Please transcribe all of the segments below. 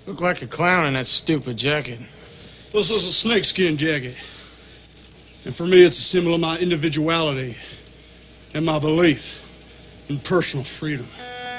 Look like a clown in that stupid jacket. This is a snakeskin jacket. And for me, it's a symbol of my individuality and my belief in personal freedom.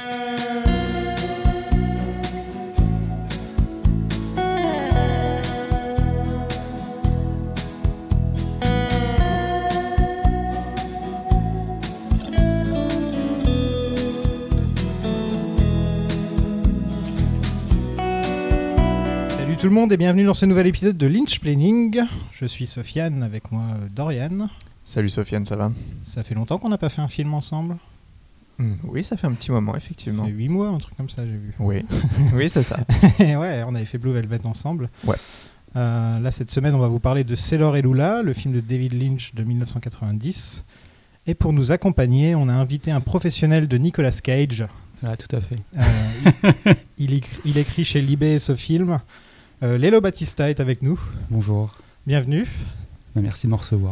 Tout le monde et bienvenue dans ce nouvel épisode de Lynchplaining. Je suis Sofiane, avec moi Dorian. Salut Sofiane, ça va ? Ça fait longtemps qu'on n'a pas fait un film ensemble. Oui, ça fait un petit moment, effectivement. Ça fait 8 mois, un truc comme ça, j'ai vu. Oui, oui, c'est ça. Ouais, on avait fait Blue Velvet ensemble. Ouais. Là, cette semaine, on va vous parler de Sailor et Lula, le film de David Lynch de 1990. Et pour nous accompagner, on a invité un professionnel de Nicolas Cage. Ah, tout à fait. Il écrit chez Libé ce film. Lelo Batista est avec nous. Bonjour. Bienvenue. Merci de me recevoir.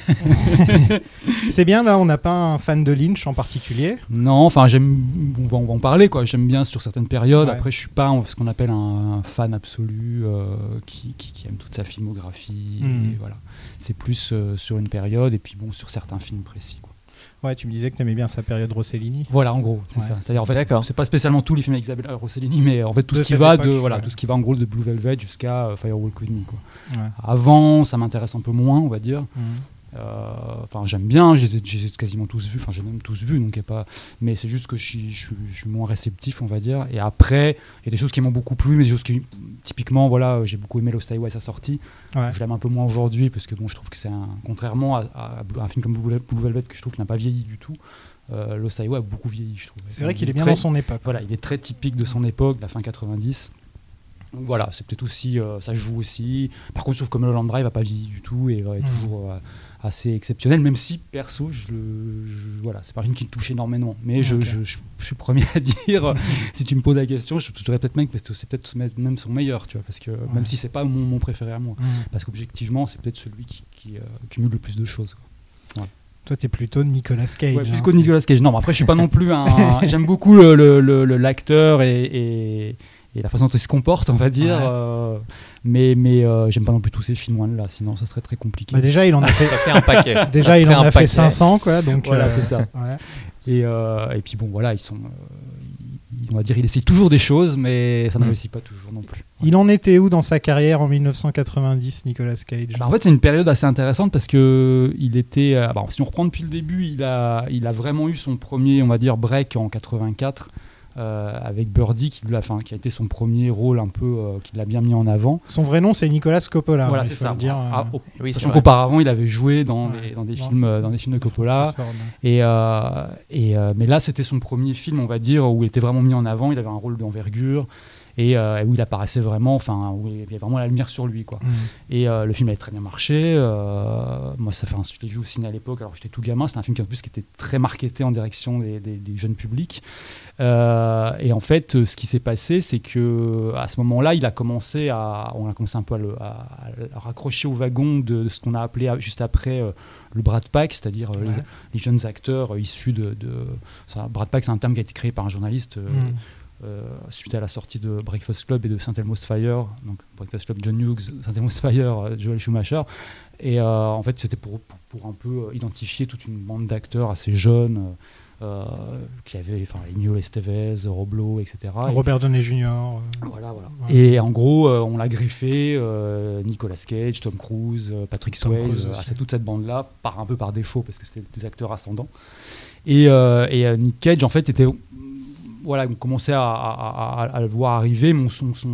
C'est bien, là, on n'a pas un fan de Lynch en particulier. Non, enfin, on va en parler, quoi. J'aime bien sur certaines périodes. Ouais. Après, je suis pas ce qu'on appelle un fan absolu qui aime toute sa filmographie. Et voilà. C'est plus sur une période et puis bon, sur certains films précis, quoi. Ouais, tu me disais que tu aimais bien sa période Rossellini. Voilà, en gros, c'est Ouais. ça. C'est-à-dire, en fait, c'est pas spécialement tous les films avec Isabella Rossellini, mais en fait tout De ce qui cette va époque, ouais. tout ce qui va en gros de Blue Velvet jusqu'à Firewalk With Me, quoi. Ouais. Avant, ça m'intéresse un peu moins, on va dire. Enfin, j'aime bien, je les ai quasiment tous vus, enfin j'ai même tous vus, donc y a pas. Mais c'est juste que je suis moins réceptif, on va dire. Et après, il y a des choses qui m'ont beaucoup plu, mais des choses qui, typiquement, voilà, j'ai beaucoup aimé Lost Highway à sa sortie. Ouais. Je l'aime un peu moins aujourd'hui parce que bon, je trouve que c'est contrairement à un film comme Blue Velvet que je trouve qu'il n'a pas vieilli du tout. Lost Highway a beaucoup vieilli, je trouve. C'est vrai qu'il est bien dans son époque. Voilà, il est très typique de son époque, de la fin 90. Donc voilà, c'est peut-être aussi, ça joue aussi. Par contre, je trouve que Mulholland Drive n'a pas vieilli du tout et est toujours assez exceptionnel, même si perso, voilà, c'est pas un film qui me touche énormément. Mais je suis premier à dire, si tu me poses la question, je dirais peut-être même que c'est peut-être même son meilleur, tu vois, parce que même si c'est pas mon préféré à moi, parce qu'objectivement, c'est peut-être celui qui cumule le plus de choses, quoi. Ouais. Toi, t'es plutôt Nicolas Cage. Ouais, plus que Nicolas Cage. Non, mais après, je suis pas non plus un. J'aime beaucoup l'acteur et la façon dont il se comporte, on va dire. Ouais. Mais j'aime pas non plus tous ces films, loin de là, sinon ça serait très compliqué. Bah déjà, il en a fait. Ça fait un paquet. Déjà, il en a fait 500, quoi. Donc voilà, c'est ça. Ouais. Et puis bon, voilà, on va dire, il essaye toujours des choses, mais ça ne réussit pas toujours non plus. Il en était où dans sa carrière en 1990, Nicolas Cage? En fait, c'est une période assez intéressante parce que il était. Si on reprend depuis le début, il a vraiment eu son premier, on va dire, break en 84. Avec Birdie qui a été son premier rôle un peu qui l'a bien mis en avant. Son vrai nom c'est Nicolas Coppola. Voilà, il c'est faut ça. le dire. Oui, sachant qu'auparavant il avait joué dans des films de Coppola. Mais là c'était son premier film, on va dire, où il était vraiment mis en avant. Il avait un rôle d'envergure et où il apparaissait vraiment, où il y avait vraiment la lumière sur lui, quoi. Et le film avait très bien marché. Moi, je l'ai vu au ciné à l'époque, alors j'étais tout gamin. C'était un film qui était très marketé en direction des jeunes publics. Et en fait, ce qui s'est passé, c'est que à ce moment-là, on a commencé un peu à raccrocher au wagon de ce qu'on a appelé juste après le Brat Pack, c'est-à-dire les jeunes acteurs issus de ça. Brat Pack, c'est un terme qui a été créé par un journaliste. Suite à la sortie de Breakfast Club et de St. Elmo's Fire, donc Breakfast Club John Hughes, St. Elmo's Fire Joel Schumacher, et en fait c'était pour un peu identifier toute une bande d'acteurs assez jeunes qui avaient Emilio Estevez, Rob Lowe, etc. Robert Downey Jr. Voilà. Ouais. Et en gros, on l'a greffé, Nicolas Cage, Tom Cruise, Patrick Swayze, toute cette bande-là, un peu par défaut, parce que c'était des acteurs ascendants. Et Nick Cage, en fait, était... Voilà, on commençait à le voir arriver, mais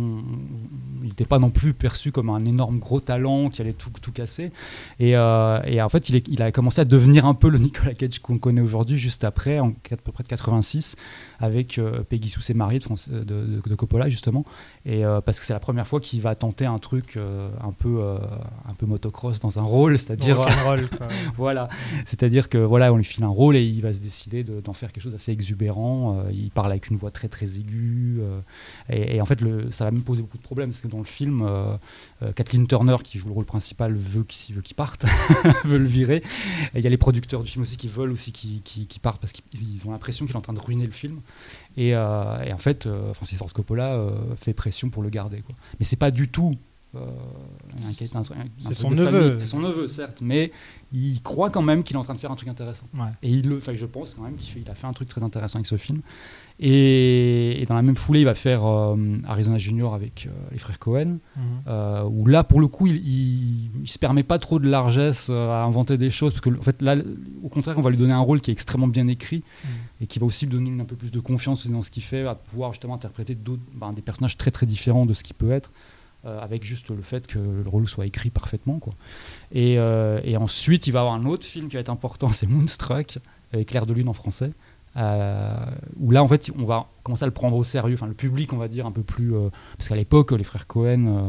il n'était pas non plus perçu comme un énorme gros talent qui allait tout casser. Et en fait, il a commencé à devenir un peu le Nicolas Cage qu'on connaît aujourd'hui, juste après, à peu près de 86, avec Peggy Sue Marie de Coppola, justement. Et parce que c'est la première fois qu'il va tenter un truc un peu motocross dans un rôle, c'est-à-dire rock'n'roll, quoi. voilà, c'est-à-dire que voilà, on lui file un rôle et il va se décider d'en faire quelque chose d'assez exubérant. Il parle avec une voix très très aiguë et en fait ça va me poser beaucoup de problèmes parce que dans le film. Kathleen Turner, qui joue le rôle principal, veut qu'il parte, veut le virer. Et il y a les producteurs du film aussi qui veulent aussi qu'il parte parce qu'ils ont l'impression qu'il est en train de ruiner le film. Et en fait, Francis Ford Coppola fait pression pour le garder, quoi. Mais c'est pas du tout. C'est son neveu. C'est son neveu, certes, mais il croit quand même qu'il est en train de faire un truc intéressant. Ouais. Et je pense quand même qu'il a fait un truc très intéressant avec ce film. Et dans la même foulée, il va faire Arizona Junior avec les frères Cohen, où là, pour le coup, il se permet pas trop de largesse à inventer des choses, parce que en fait, là, au contraire, on va lui donner un rôle qui est extrêmement bien écrit et qui va aussi lui donner un peu plus de confiance dans ce qu'il fait, à pouvoir justement interpréter des personnages très très différents de ce qu'il peut être. Avec juste le fait que le rôle soit écrit parfaitement, quoi. Et ensuite, il va y avoir un autre film qui va être important, c'est Moonstruck, avec Clair de Lune en français, où là, en fait, on va commencer à le prendre au sérieux, enfin, le public, on va dire, un peu plus... parce qu'à l'époque, les frères Cohen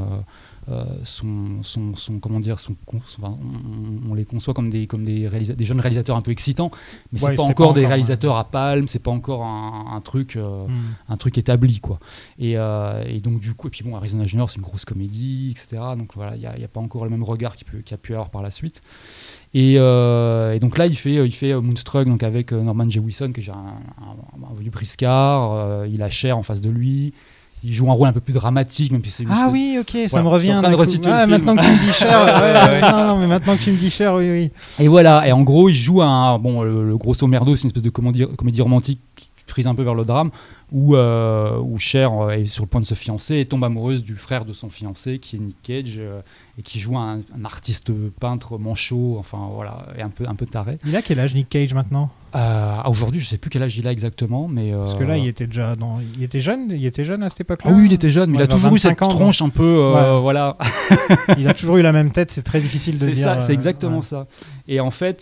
on les conçoit comme des jeunes réalisateurs un peu excitants, mais c'est pas encore des réalisateurs à palme, c'est pas encore un truc établi, quoi. Et donc du coup, et puis bon, Arizona Junior, c'est une grosse comédie, etc. Donc voilà, il y a pas encore le même regard qu'il a pu avoir par la suite. Et donc là, il fait Moonstruck, donc avec Norman Jewison, qui est un vieux briscard. Il a Cher en face de lui. Il joue un rôle un peu plus dramatique, même si c'est juste... oui, ok, ça voilà, me revient. Maintenant que tu me dis Cher, non, mais maintenant que tu me dis Cher, oui. Et voilà, et en gros, il joue le grosso merdo, c'est une espèce de comédie romantique qui frise un peu vers le drame, où Cher est sur le point de se fiancer et tombe amoureuse du frère de son fiancé, qui est Nick Cage, et qui joue un artiste peintre manchot, enfin voilà, et un peu taré. Il a quel âge, Nick Cage, maintenant ? Aujourd'hui, je sais plus quel âge il a exactement, mais parce que là, il était jeune à cette époque-là. Ah oui, il était jeune, mais il a toujours eu cette tronche un peu, voilà. Il a toujours eu la même tête, c'est très difficile de dire. C'est ça, c'est exactement ça. Et en fait,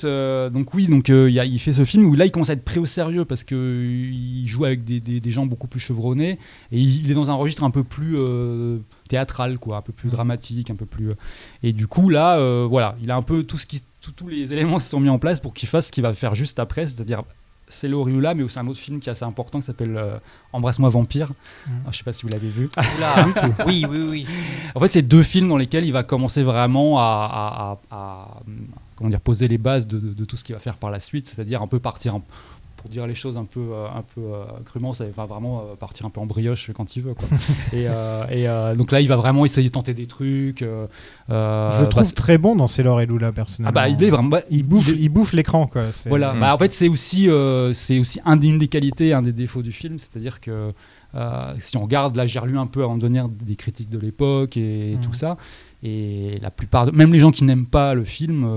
il fait ce film où là, il commence à être pris au sérieux parce que il joue avec des gens beaucoup plus chevronnés et il est dans un registre un peu plus théâtral, quoi, un peu plus dramatique, un peu plus. Et du coup, là, voilà, il a un peu tous les éléments se sont mis en place pour qu'il fasse ce qu'il va faire juste après, c'est-à-dire c'est Lorioula, mais aussi un autre film qui est assez important qui s'appelle Embrasse-moi Vampire. Alors, je sais pas si vous l'avez vu. Oui. En fait, c'est deux films dans lesquels il va commencer vraiment à poser les bases de tout ce qu'il va faire par la suite, c'est-à-dire un peu partir pour dire les choses un peu crûment, ça va vraiment partir un peu en brioche quand il veut, quoi. et donc là, il va vraiment essayer de tenter des trucs. Je le trouve très bon dans Sailor et Lula, personnellement. Il est vraiment, il bouffe l'écran, quoi. Voilà. En fait, c'est aussi une des qualités, un des défauts du film, c'est-à-dire que si on regarde, là, j'ai relu un peu avant de venir des critiques de l'époque et tout ça. Et la plupart, même les gens qui n'aiment pas le film,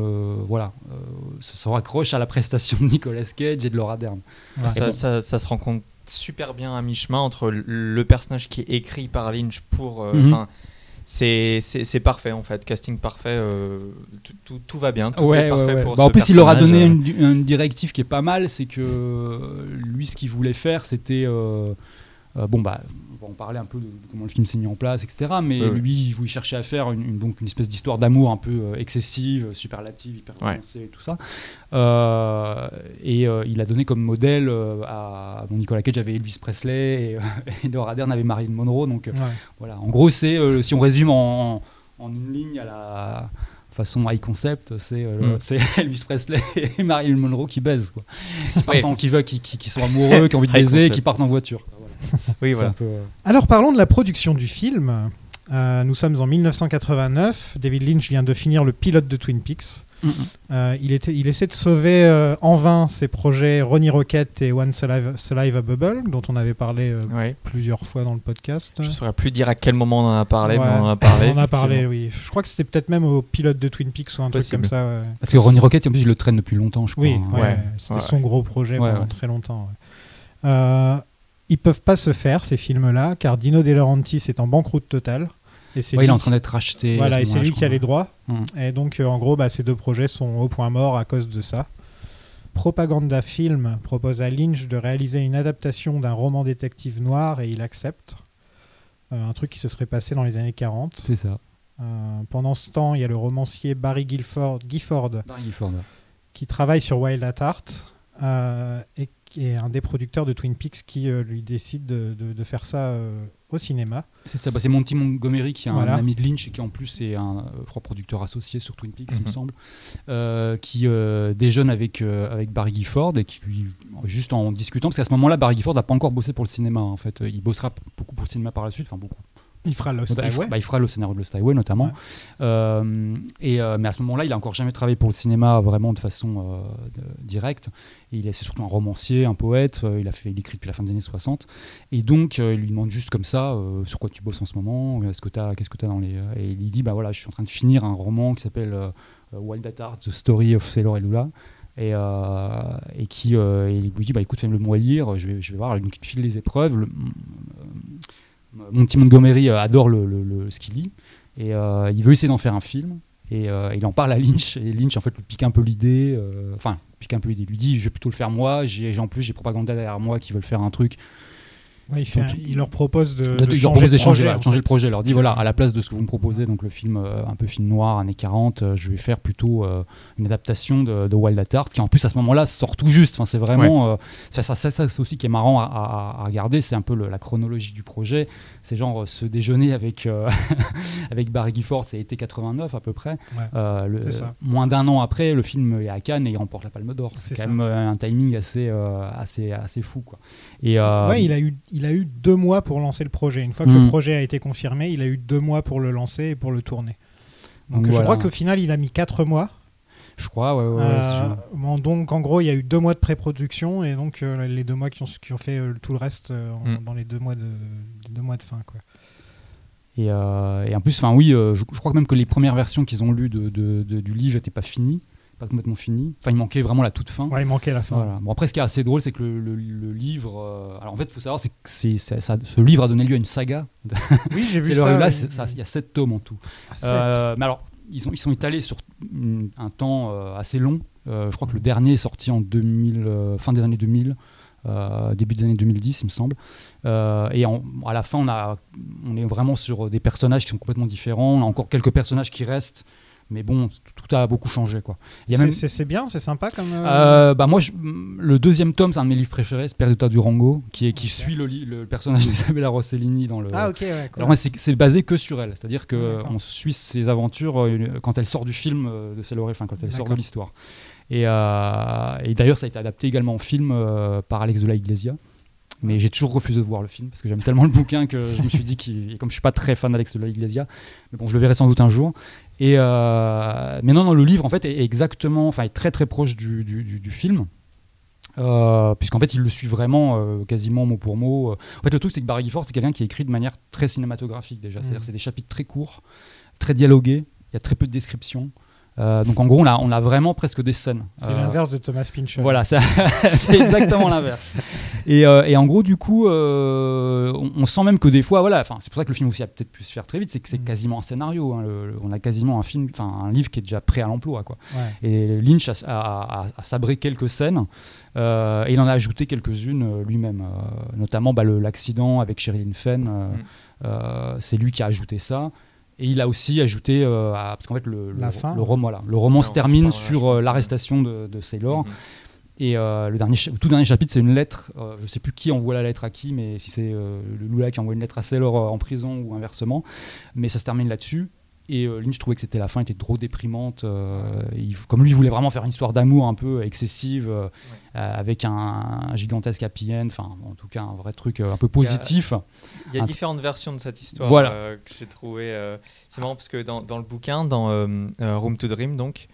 se raccrochent à la prestation de Nicolas Cage et de Laura Dern. Ouais. Ça se rencontre super bien à mi-chemin entre le personnage qui est écrit par Lynch pour... C'est parfait, en fait, casting parfait, tout va bien, tout est parfait pour ce en plus, personnage. il leur a donné une directive qui est pas mal, c'est que lui, ce qu'il voulait faire, c'était... on va en parler un peu de comment le film s'est mis en place, etc. Mais lui, il cherchait à faire une espèce d'histoire d'amour un peu excessive, superlative, hyper romancée et tout ça. Il a donné comme modèle Nicolas Cage avait Elvis Presley et Laura Dern avait Marilyn Monroe. Donc voilà. En gros, c'est si on résume en une ligne à la façon high concept, c'est Elvis Presley et Marilyn Monroe qui baisent, quoi. Qui sont amoureux, qui ont envie de baiser, et qui partent en voiture. Oui, voilà. Alors parlons de la production du film. Nous sommes en 1989. David Lynch vient de finir le pilote de Twin Peaks. Il essaie de sauver en vain ses projets Ronnie Rocket et One Saliva Bubble, dont on avait parlé plusieurs fois dans le podcast. Je ne saurais plus dire à quel moment on en a parlé, mais on en a parlé. On en a parlé, oui. Je crois que c'était peut-être même au pilote de Twin Peaks ou un truc comme ça. Ouais. Parce que Ronnie Rocket, en plus, je le traîne depuis longtemps, je crois. Oui, c'était son gros projet pendant très longtemps. Ils peuvent pas se faire, ces films-là, car Dino De Laurentiis est en banqueroute totale. Et il est en train d'être racheté. Voilà, et c'est lui qui a les droits. Et donc, en gros, ces deux projets sont au point mort à cause de ça. Propaganda Film propose à Lynch de réaliser une adaptation d'un roman détective noir et il accepte. Un truc qui se serait passé dans les années 40. C'est ça. Pendant ce temps, il y a le romancier Barry Gifford qui travaille sur Wild at Heart et qui est un des producteurs de Twin Peaks qui lui décide de faire ça au cinéma. C'est ça, c'est Monty Montgomery qui est un Voilà. ami de Lynch et qui en plus est un producteur associé sur Twin Peaks, il me semble, qui déjeune avec Barry Gifford et qui lui, juste en discutant, parce qu'à ce moment-là, Barry Gifford n'a pas encore bossé pour le cinéma en fait. Il bossera beaucoup pour le cinéma par la suite, enfin beaucoup. Il fera Lost Highway. Il fera le scénario de Lost Highway notamment. Ouais. Mais à ce moment-là, il a encore jamais travaillé pour le cinéma vraiment de façon directe. C'est surtout un romancier, un poète. Il écrit depuis la fin des années 60. Et donc, il lui demande juste comme ça sur quoi tu bosses en ce moment. Qu'est-ce que t'as dans les. Et il dit je suis en train de finir un roman qui s'appelle Wild at Heart, The Story of Sailor et Lula. Et il lui dit écoute, fais-le-moi lire. Je vais voir. Donc, il file les épreuves. Monty Montgomery adore ce qu'il lit et il veut essayer d'en faire un film et il en parle à Lynch et Lynch en fait lui pique un peu l'idée il lui dit je vais plutôt le faire moi, en plus j'ai Propaganda derrière moi qui veulent faire un truc. Ouais, il leur propose de changer le projet. Il leur dit à la place de ce que vous me proposez, donc le film un peu film noir années 40, je vais faire plutôt une adaptation de Wild at Heart qui en plus à ce moment-là sort tout juste. Enfin, c'est vraiment ça c'est aussi qui est marrant à regarder, c'est un peu la chronologie du projet. C'est genre ce déjeuner avec Barry Gifford, c'est été 89 à peu près. C'est ça. Moins d'un an après, le film est à Cannes et il remporte la Palme d'Or. C'est quand même un timing assez fou quoi. Et il a eu 2 mois pour lancer le projet. Une fois que le projet a été confirmé, il a eu 2 mois pour le lancer et pour le tourner. Donc je crois qu'au final, il a mis 4 mois. Je crois, donc en gros, il y a eu 2 mois de pré-production et donc les 2 mois qui ont fait tout le reste dans les 2 mois de fin, quoi. Et en plus, je crois même que les premières versions qu'ils ont lues du livre n'étaient pas finies. Pas complètement fini. Enfin, il manquait vraiment la toute fin. Ouais, il manquait la fin. Voilà. Bon, après, ce qui est assez drôle, c'est que le livre... alors, en fait, il faut savoir, ce livre a donné lieu à une saga. Oui, j'ai vu ça. Là, il y a 7 tomes en tout. Mais alors, ils sont étalés sur un temps assez long. Je crois que le dernier est sorti en fin des années 2000, début des années 2010, il me semble. Et à la fin, on est vraiment sur des personnages qui sont complètement différents. On a encore quelques personnages qui restent. Mais bon, tout a beaucoup changé, quoi. C'est bien, c'est sympa comme. Moi, le deuxième tome, c'est un de mes livres préférés, c'est Perduta Durango, qui suit le personnage d'Isabella Rossellini dans le. Ah ok, ouais. Cool. Alors c'est basé que sur elle, c'est-à-dire que on suit ses aventures quand elle sort du film de Sailor, quand elle sort de l'histoire. Et d'ailleurs, ça a été adapté également en film par Alex de la Iglesia. Mais j'ai toujours refusé de voir le film parce que j'aime tellement le bouquin que je me suis dit comme je suis pas très fan d'Alex de la Iglesia, mais bon, je le verrai sans doute un jour. Mais non, le livre en fait est est très très proche du film, puisqu'en fait il le suit vraiment quasiment mot pour mot. En fait, le truc c'est que Barry Gifford c'est quelqu'un qui écrit de manière très cinématographique déjà, c'est-à-dire c'est des chapitres très courts, très dialogués, il y a très peu de descriptions. Donc en gros on a vraiment presque des scènes. C'est l'inverse de Thomas Pynchon. Voilà, c'est exactement l'inverse. Et en gros du coup on sent même que des fois c'est pour ça que le film aussi a peut-être pu se faire très vite, c'est que c'est quasiment un scénario, hein, on a quasiment un livre qui est déjà prêt à l'emploi, quoi. Ouais. Et Lynch a sabré quelques scènes et il en a ajouté quelques-unes lui-même, notamment l'accident avec Sherilyn Fenn, c'est lui qui a ajouté ça. Et il a aussi ajouté, parce qu'en fait le roman se termine sur l'arrestation de Sailor. Et le tout dernier chapitre, c'est une lettre. Je ne sais plus qui envoie la lettre à qui, mais si c'est le Lula qui envoie une lettre à Sailor en prison ou inversement. Mais ça se termine là-dessus. Et Lynch trouvait que la fin était trop déprimante. Comme lui, il voulait vraiment faire une histoire d'amour un peu excessive, avec un gigantesque happy end, en tout cas un vrai truc un peu positif. Il y a différentes versions de cette histoire que j'ai trouvé. C'est marrant parce que dans le bouquin, dans Room to Dream, donc,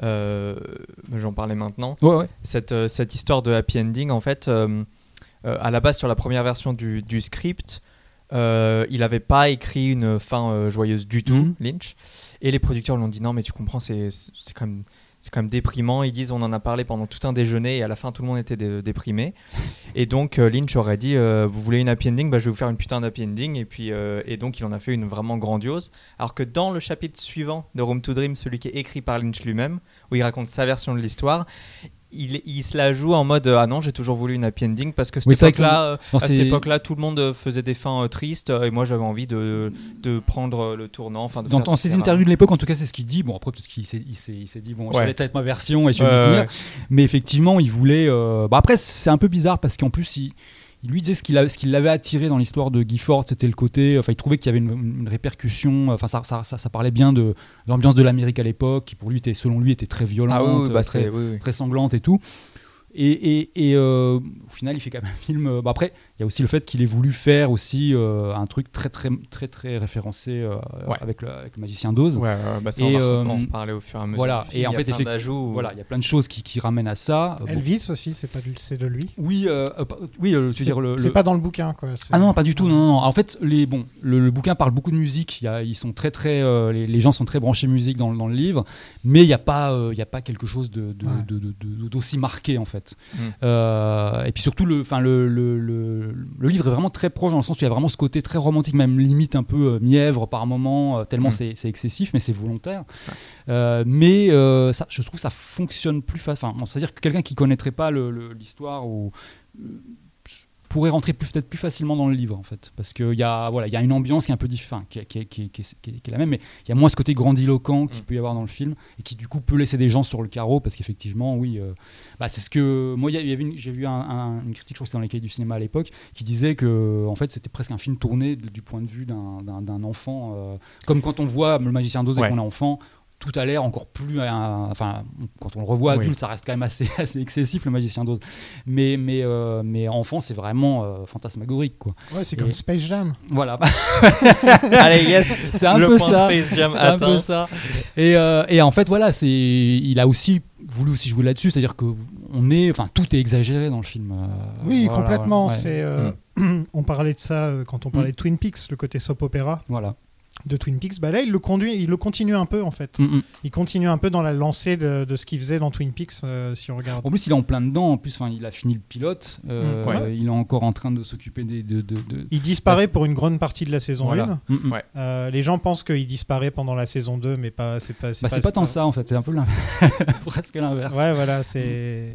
j'en parlais maintenant, cette histoire de happy ending, en fait, à la base, sur la première version du script, il n'avait pas écrit une fin joyeuse du tout, Lynch, et les producteurs lui ont dit non mais tu comprends, c'est quand même déprimant. Ils disent on en a parlé pendant tout un déjeuner et à la fin tout le monde était déprimé, et donc Lynch aurait dit vous voulez une happy ending, je vais vous faire une putain d'happy ending, et donc il en a fait une vraiment grandiose, alors que dans le chapitre suivant de Room to Dream, celui qui est écrit par Lynch lui-même, où il raconte sa version de l'histoire, il se la joue en mode ah non, j'ai toujours voulu une happy ending parce que cette époque-là tout le monde faisait des fins tristes et moi j'avais envie de prendre le tournant. Dans ses interviews de l'époque, en tout cas, c'est ce qu'il dit. Bon, après peut-être qu'il s'est dit bon, je vais peut-être ma version et je vais tenir. Mais effectivement, il voulait. Après, c'est un peu bizarre parce qu'en plus il lui disait ce qui l'avait attiré dans l'histoire de Guy Fawkes, c'était le côté, enfin il trouvait qu'il y avait une répercussion, enfin ça parlait bien de l'ambiance de l'Amérique à l'époque, qui pour lui selon lui était très violente, très sanglante et tout. Et au final, il fait quand même un film. Après, il y a aussi le fait qu'il ait voulu faire aussi un truc très très très très référencé avec le Magicien d'Oz. Ça, on va en parler au fur et à mesure. Voilà. Et en fait, voilà, il y a plein de choses qui ramènent à ça. Elvis aussi, c'est de lui. Oui, tu veux dire c'est pas dans le bouquin, quoi. Ah non, pas du tout. Non. En fait, le bouquin parle beaucoup de musique. Ils sont très très, les gens sont très branchés musique dans le livre, mais il y a pas quelque chose d'aussi marqué en fait. Et puis surtout le livre est vraiment très proche dans le sens où il y a vraiment ce côté très romantique, même limite un peu mièvre par moment, tellement c'est excessif, mais c'est volontaire. Mais je trouve que ça fonctionne plus facilement. C'est-à-dire que quelqu'un qui connaîtrait pas l'histoire pourrait rentrer peut-être plus facilement dans le livre en fait, parce qu'il y a une ambiance qui est un peu différente, qui est la même, mais il y a moins ce côté grandiloquent qu'il peut y avoir dans le film et qui du coup peut laisser des gens sur le carreau, parce qu'effectivement c'est ce que moi j'ai vu une critique, je crois que c'était dans les cahiers du cinéma à l'époque, qui disait que en fait c'était presque un film tourné du point de vue d'un enfant, comme quand on voit le Magicien d'Oz et qu'on est enfant. Tout a l'air encore plus, quand on le revoit adulte, ça reste quand même assez excessif, le Magicien d'Oz. Mais enfant, c'est vraiment fantasmagorique, quoi. Ouais, c'est comme Space Jam. Voilà. Allez, yes. C'est un peu ça. Space Jam c'est un peu ça. Et en fait, voilà, il a aussi voulu jouer là-dessus, c'est-à-dire que tout est exagéré dans le film. Oui, complètement. Ouais. C'est, on parlait de ça quand on parlait de Twin Peaks, le côté soap opéra. Voilà. De Twin Peaks, là il le continue un peu en fait. Il continue un peu dans la lancée de ce qu'il faisait dans Twin Peaks, si on regarde. En plus il est en plein dedans, en plus il a fini le pilote, il est encore en train de s'occuper Il disparaît pour une grande partie de la saison 1. Les gens pensent qu'il disparaît pendant la saison 2, mais c'est pas tant ça en fait, c'est un peu presque l'inverse. Ouais, voilà, c'est...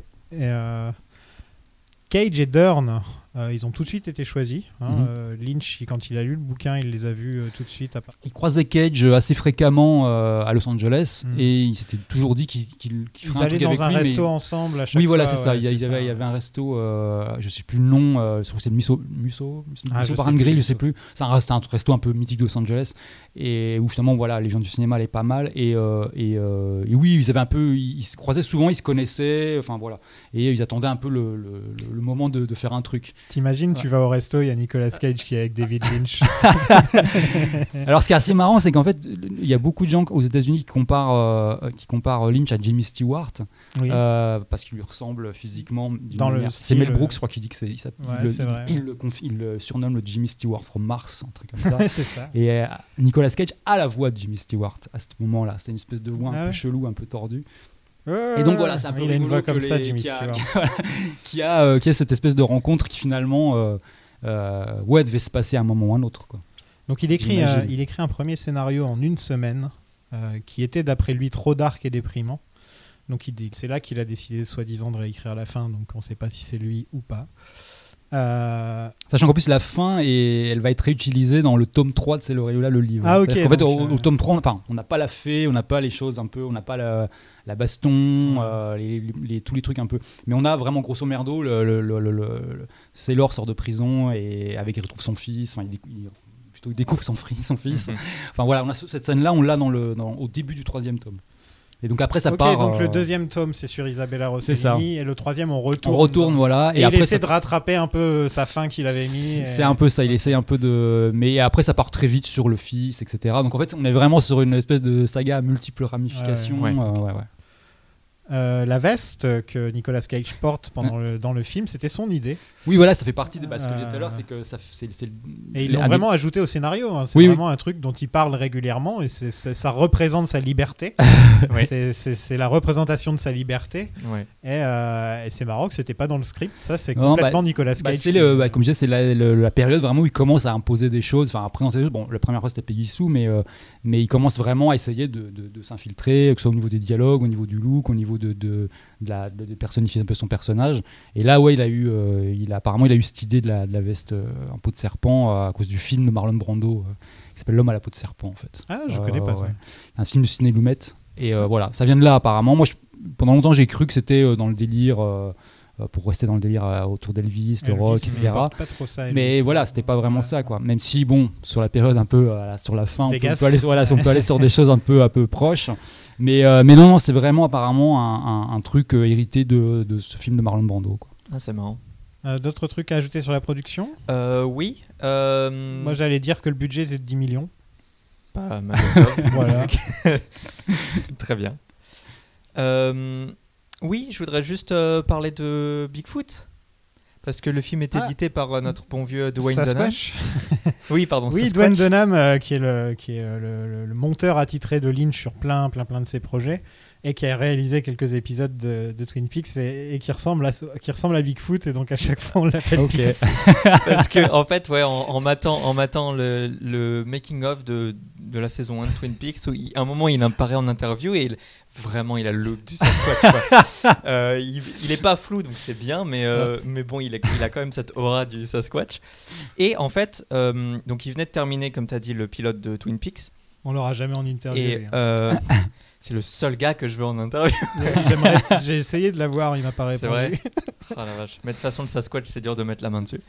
Cage et Dern, ils ont tout de suite été choisis. Lynch, quand il a lu le bouquin, il les a vus tout de suite. Il croisait Cage assez fréquemment à Los Angeles et il s'était toujours dit qu'il ferait un truc avec lui. Ils allaient dans un resto ensemble à chaque fois. Oui, voilà, c'est ça. Il y avait un resto, je ne sais plus le nom, je trouve que c'est le Musso Bar and Grill, je ne sais plus. C'est un resto un peu mythique de Los Angeles et où justement les gens du cinéma allaient pas mal. Et oui, ils se croisaient souvent, ils se connaissaient, et ils attendaient un peu le moment de faire un truc. T'imagines, tu vas au resto, il y a Nicolas Cage qui est avec David Lynch. Alors, ce qui est assez marrant, c'est qu'en fait, il y a beaucoup de gens aux États-Unis qui comparent Lynch à Jimmy Stewart, parce qu'il lui ressemble physiquement. C'est Mel Brooks, je crois, qui dit que il le surnomme le Jimmy Stewart from Mars, un truc comme ça. C'est ça. Et Nicolas Cage a la voix de Jimmy Stewart à ce moment-là. C'est une espèce de voix un peu chelou, un peu tordue. Et donc voilà, c'est un peu il a une voix comme ça, Jimmy Stewart, qui a cette espèce de rencontre qui finalement devait se passer à un moment ou à un autre, quoi. Donc il écrit un premier scénario en une semaine qui était d'après lui trop dark et déprimant. Donc c'est là qu'il a décidé soi-disant de réécrire la fin, donc on ne sait pas si c'est lui ou pas. Sachant qu'en plus la fin elle va être réutilisée dans le tome 3 de C'est l'Auréola, le livre. En fait au tome 3 on n'a pas la fée, on n'a pas les choses un peu, on n'a pas la baston, tous les trucs un peu, mais on a vraiment grosso merdo Sailor sort de prison et il retrouve son fils, il découvre son fils. Enfin voilà, on a cette scène là, on l'a au début du 3e tome. Et donc après ça part. Donc le 2e tome c'est sur Isabella Rossellini et le 3e on retourne. Voilà. Et après, il essaie de rattraper un peu sa fin qu'il avait mis. C'est un peu ça, il essaie un peu de. Mais après ça part très vite sur le fils, etc. Donc en fait on est vraiment sur une espèce de saga à multiples ramifications. La veste que Nicolas Cage porte dans le film, c'était son idée. Oui, voilà, ça fait partie de ce que je disais tout à l'heure, c'est que et ils l'ont vraiment ajouté au scénario. C'est vraiment un truc dont il parle régulièrement et ça représente sa liberté. C'est la représentation de sa liberté. Et c'est marrant que c'était pas dans le script. Ça, c'est complètement Nicolas Cage. Comme je disais, c'est la période vraiment où il commence à imposer des choses. Enfin, après, la première fois c'était Peggy Sue, mais il commence vraiment à essayer de s'infiltrer, que ce soit au niveau des dialogues, au niveau du look, au niveau de personnifier un peu son personnage. Et là, apparemment, il a eu cette idée de la veste en peau de serpent à cause du film de Marlon Brando qui s'appelle L'homme à la peau de serpent, en fait. Ah, je connais pas ça. Un film de Sidney Lumet. Et voilà, ça vient de là, apparemment. Moi, pendant longtemps, j'ai cru que c'était dans le délire pour rester dans le délire autour d'Elvis, de rock, etc. Pas trop ça, Elvis. Mais voilà, c'était pas vraiment ça, quoi. Même si, bon, sur la période un peu, sur la fin, on peut aller sur des choses un peu proches. Mais non, c'est vraiment apparemment un truc hérité de ce film de Marlon Brando, quoi. Ah, c'est marrant. D'autres trucs à ajouter sur la production ? Oui. Moi, j'allais dire que le budget était de 10 millions. Pas mal. Voilà. Très bien. Oui, je voudrais juste parler de Bigfoot. Parce que le film est édité par notre bon vieux Dwayne Dunham. Oui, pardon. Oui, Sasquatch. Dwayne Dunham, qui est le monteur attitré de Lynch sur plein de ses projets, et qui a réalisé quelques épisodes de Twin Peaks et qui ressemble à Bigfoot, et donc à chaque fois on l'appelle Bigfoot. Parce que en fait, ouais, en matant le making of de la saison 1 de Twin Peaks, où à un moment il apparaît en interview et vraiment il a le look du Sasquatch, quoi. Il est pas flou, donc c'est bien, mais bon, il a quand même cette aura du Sasquatch. Et en fait, donc il venait de terminer, comme tu as dit, le pilote de Twin Peaks. On l'aura jamais en interview. Et c'est le seul gars que je veux en interview. J'ai essayé de l'avoir, il m'a pas répondu. C'est vrai. Oh la vache. Mais de toute façon, le Sasquatch, c'est dur de mettre la main dessus.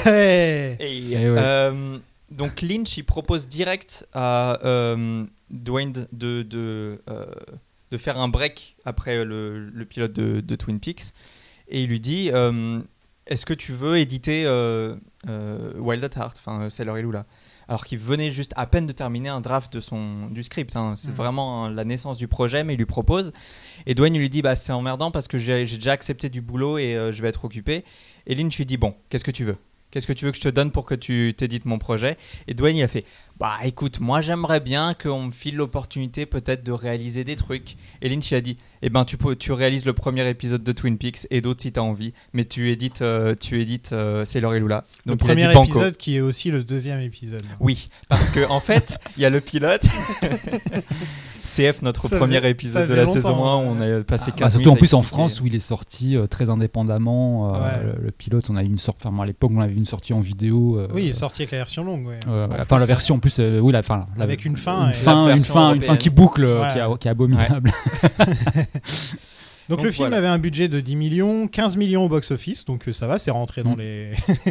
Donc Lynch, il propose direct à Dwayne de faire un break après le pilote de Twin Peaks, et il lui dit est-ce que tu veux éditer Wild at Heart, enfin Sailor et Lula, alors qu'il venait juste à peine de terminer un draft du script, hein. C'est vraiment la naissance du projet, mais il lui propose, et Dwayne lui dit c'est emmerdant parce que j'ai déjà accepté du boulot et je vais être occupé. Et Lynch lui dit bon, qu'est-ce que tu veux que je te donne pour que tu t'édites mon projet? Et Dwayne, il a fait écoute, moi j'aimerais bien qu'on me file l'opportunité peut-être de réaliser des trucs. Et Lynch, il a dit tu réalises le premier épisode de Twin Peaks et d'autres si t'as envie, mais tu édites Sailor et Lula. Donc le premier épisode qui est aussi le deuxième épisode. Oui, parce que en fait, il y a le pilote. CF, notre premier épisode de la saison 1, où on a passé 15 minutes. Surtout en plus en France, où il est sorti très indépendamment. Le pilote, on a eu une sorte, à l'époque, on avait une sortie en vidéo. Oui, il est sorti avec la version longue. Ouais. Enfin, la version en plus, avec une fin. Une fin qui boucle, qui est abominable. Donc le film avait un budget de 10 millions, 15 millions au box-office, donc ça va, c'est rentré dans les...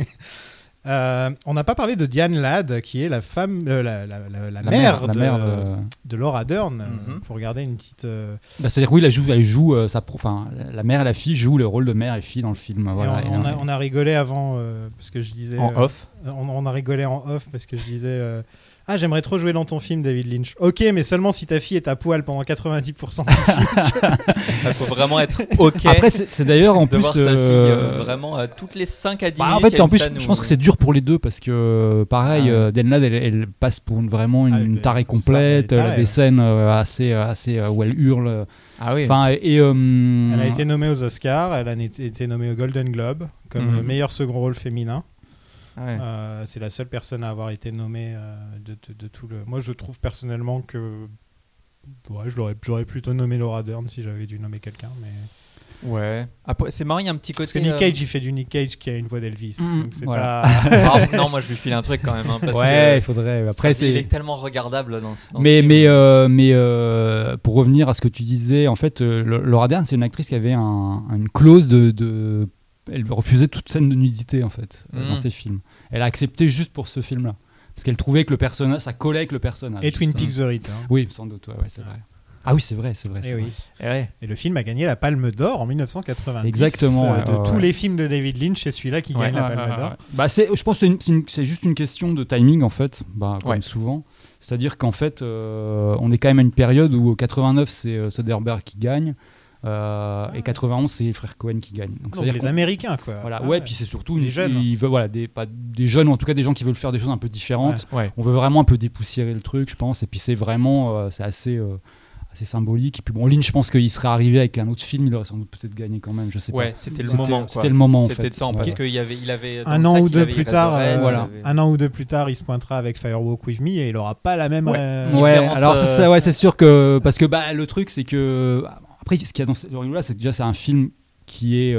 on n'a pas parlé de Diane Ladd, qui est la femme, la mère de Laura Dern. Faut regarder une petite. C'est-à-dire oui, elle joue la mère et la fille jouent le rôle de mère et fille dans le film. Voilà, on a rigolé avant parce que je disais. En off. On a rigolé en off parce que je disais. J'aimerais trop jouer dans ton film, David Lynch. Ok, mais seulement si ta fille est à poil pendant 90% du film. Il faut vraiment être ok. Après, c'est d'ailleurs en plus. Voir sa fille vraiment toutes les 5 à 10 minutes. En fait, en plus, je pense que c'est dur pour les deux parce que, pareil, Diane Ladd, elle passe pour vraiment une tarée complète. Elle a des scènes assez où elle hurle. Ah oui. Elle a été nommée aux Oscars, elle a été nommée au Golden Globe comme meilleur second rôle féminin. Ouais. C'est la seule personne à avoir été nommée de tout le... Moi je trouve personnellement que j'aurais plutôt nommé Laura Dern si j'avais dû nommer quelqu'un, mais... Ouais. Après, c'est marrant, il y a un petit côté... Parce que Nick Cage, il fait du Nick Cage qui a une voix d'Elvis. Donc c'est pas... Non, moi je lui file un truc quand même. Parce il faudrait... Après, il est tellement regardable dans ce mais pour revenir à ce que tu disais, en fait, Laura Dern, c'est une actrice qui avait une clause de elle refusait toute scène de nudité en fait dans ses films. Elle a accepté juste pour ce film-là parce qu'elle trouvait que le personnage, ça collait avec le personnage. Et Twin Peaks The Return. Oui, sans doute. Ouais, c'est vrai. Ah oui, c'est vrai. Et le film a gagné la Palme d'Or en 1990. Exactement. De tous les films de David Lynch, c'est celui-là qui gagne la Palme d'Or. Je pense que c'est juste une question de timing en fait, comme souvent. C'est-à-dire qu'en fait, on est quand même à une période où 89 c'est Soderbergh qui gagne. Et 91 c'est les frères Cohen qui gagnent. Donc les Américains quoi. Voilà, puis c'est surtout les jeunes. Ils veulent, des jeunes ou en tout cas des gens qui veulent faire des choses un peu différentes. On veut vraiment un peu dépoussiérer le truc, je pense. Et puis c'est vraiment c'est assez symbolique. Et puis Lynch, je pense qu'il serait arrivé avec un autre film, il aurait sans doute peut-être gagné quand même. Je sais pas. Ouais, c'était le moment. C'était le moment. C'était temps parce qu'il avait un an ou deux plus tard. Un an ou deux plus tard, il se pointera avec Firewalk With Me et il aura pas la même. Alors c'est sûr que parce que le truc c'est que après, ce qu'il y a dans ce film-là, c'est que déjà c'est un film qui est,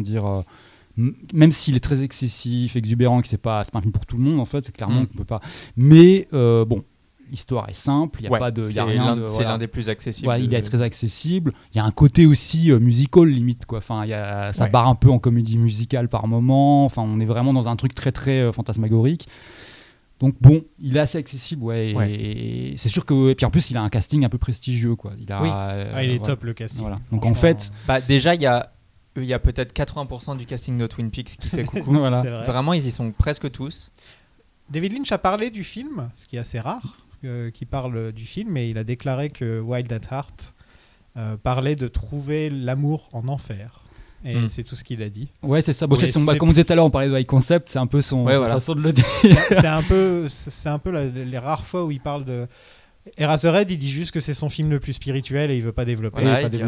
même s'il est très excessif, exubérant, que c'est pas un film pour tout le monde en fait, c'est clairement qu'on peut pas. Mais l'histoire est simple, il y a pas de, y c'est a rien c'est l'un des plus accessibles. il est très accessible. Il y a un côté aussi musical limite quoi. Enfin, ça barre un peu en comédie musicale par moment. Enfin, on est vraiment dans un truc très très fantasmagorique. Donc bon, il est assez accessible, et c'est sûr que et puis en plus il a un casting un peu prestigieux quoi. Il est top le casting. Voilà. Donc en fait, déjà il y a peut-être 80% du casting de Twin Peaks qui fait coucou. voilà. Vraiment, ils y sont presque tous. David Lynch a parlé du film, ce qui est assez rare qu'il parle du film, et il a déclaré que Wild at Heart parlait de trouver l'amour en enfer. Et c'est tout ce qu'il a dit. Ouais, c'est ça. Bon, comme on disait tout à l'heure, on parlait de High Concept, c'est un peu sa façon de le dire. C'est un peu les rares fois où il parle de Eraserhead, il dit juste que c'est son film le plus spirituel et il veut pas développer.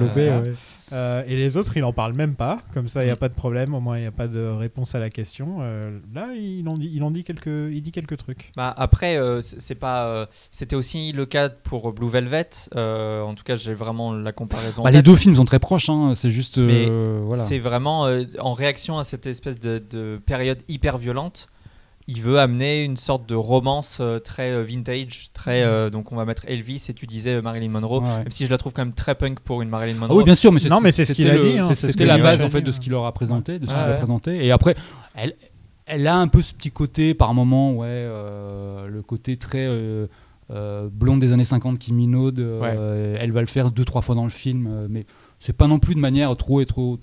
Et les autres, il en parle même pas. Comme ça, il y a pas de problème. Au moins, il y a pas de réponse à la question. Là, il dit quelques trucs. Après, c'était aussi le cas pour Blue Velvet. En tout cas, j'ai vraiment la comparaison. Les deux films sont très proches. Hein. C'est juste. C'est vraiment en réaction à cette espèce de période hyper violente. Il veut amener une sorte de romance très vintage, donc on va mettre Elvis et tu disais Marilyn Monroe, même si je la trouve quand même très punk pour une Marilyn Monroe. Oui, bien sûr, mais c'est ce qu'il a dit. C'était la base en fait de ce qu'il leur a présenté, Et après, elle a un peu ce petit côté par moment, le côté très blonde des années 50 qui minaude. Elle va le faire 2-3 fois dans le film, mais c'est pas non plus de manière trop.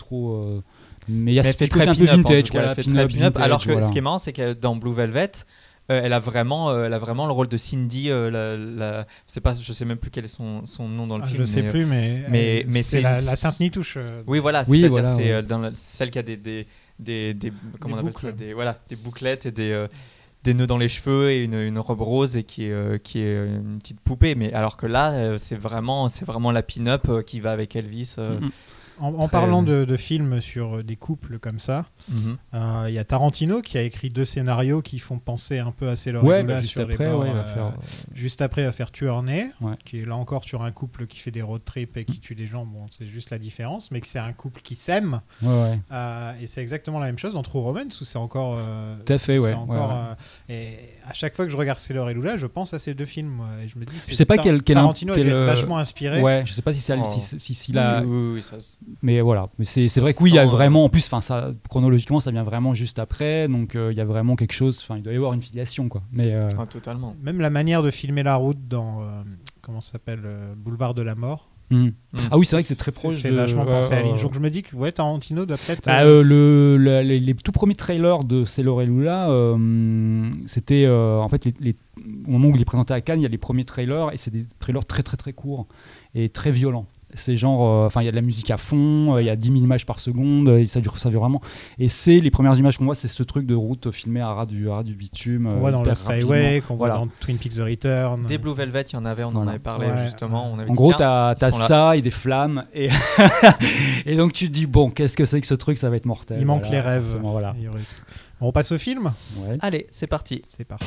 Mais il y a ce côté un peu vintage, pin-up. Alors que ce qui est marrant, c'est que dans Blue Velvet, elle a vraiment le rôle de Cindy. Je sais même plus quel est son nom dans le film. Je sais plus, mais c'est la Sainte Nitouche. Oui, voilà. C'est celle qui a des comment on appelle ça, des bouclettes et des nœuds dans les cheveux et une robe rose et qui est une petite poupée. Mais alors que là, c'est vraiment la pin-up qui va avec Elvis. En parlant de films sur des couples comme ça, y a Tarantino qui a écrit 2 scénarios qui font penser un peu à Sailor et Lula sur les bords. Juste après, il va faire Tueur Né, qui est là encore sur un couple qui fait des road trips et qui tue des gens. Bon, c'est juste la différence, mais que c'est un couple qui s'aime. Et c'est exactement la même chose dans True Romance où c'est encore. Tout à fait, et à chaque fois que je regarde Sailor et Lula, je pense à ces 2 films. Moi, et je me dis, je sais pas Tarantino est vachement inspiré. Ouais, je sais pas si c'est si la. Mais voilà, mais c'est vrai que il y a vraiment, en plus, ça, chronologiquement, ça vient vraiment juste après, donc il y a vraiment quelque chose, il doit y avoir une filiation, quoi. Mais totalement. Même la manière de filmer la route dans comment ça s'appelle, Boulevard de la Mort. Ah oui, c'est vrai que c'est très proche. Fait vachement penser à Lynch. Donc je me dis que Tarantino doit peut-être. Les tout premiers trailers de Sailor et Lula, c'était en fait au moment où il est présenté à Cannes, il y a les premiers trailers et c'est des trailers très très très courts et très violents. C'est genre, il y a de la musique à fond, il y a 10 000 images par seconde, et ça dure vraiment. Et les premières images qu'on voit, c'est ce truc de route filmé à ras du bitume. Qu'on voit dans Lost Highway, qu'on voit dans Twin Peaks The Return. Des Blue Velvet, il y en avait, on en avait parlé justement. On avait en gros, t'as ça et des flammes, et donc tu te dis, bon, qu'est-ce que c'est que ce truc, ça va être mortel. Il manque les rêves. On passe au film ? Allez, c'est parti.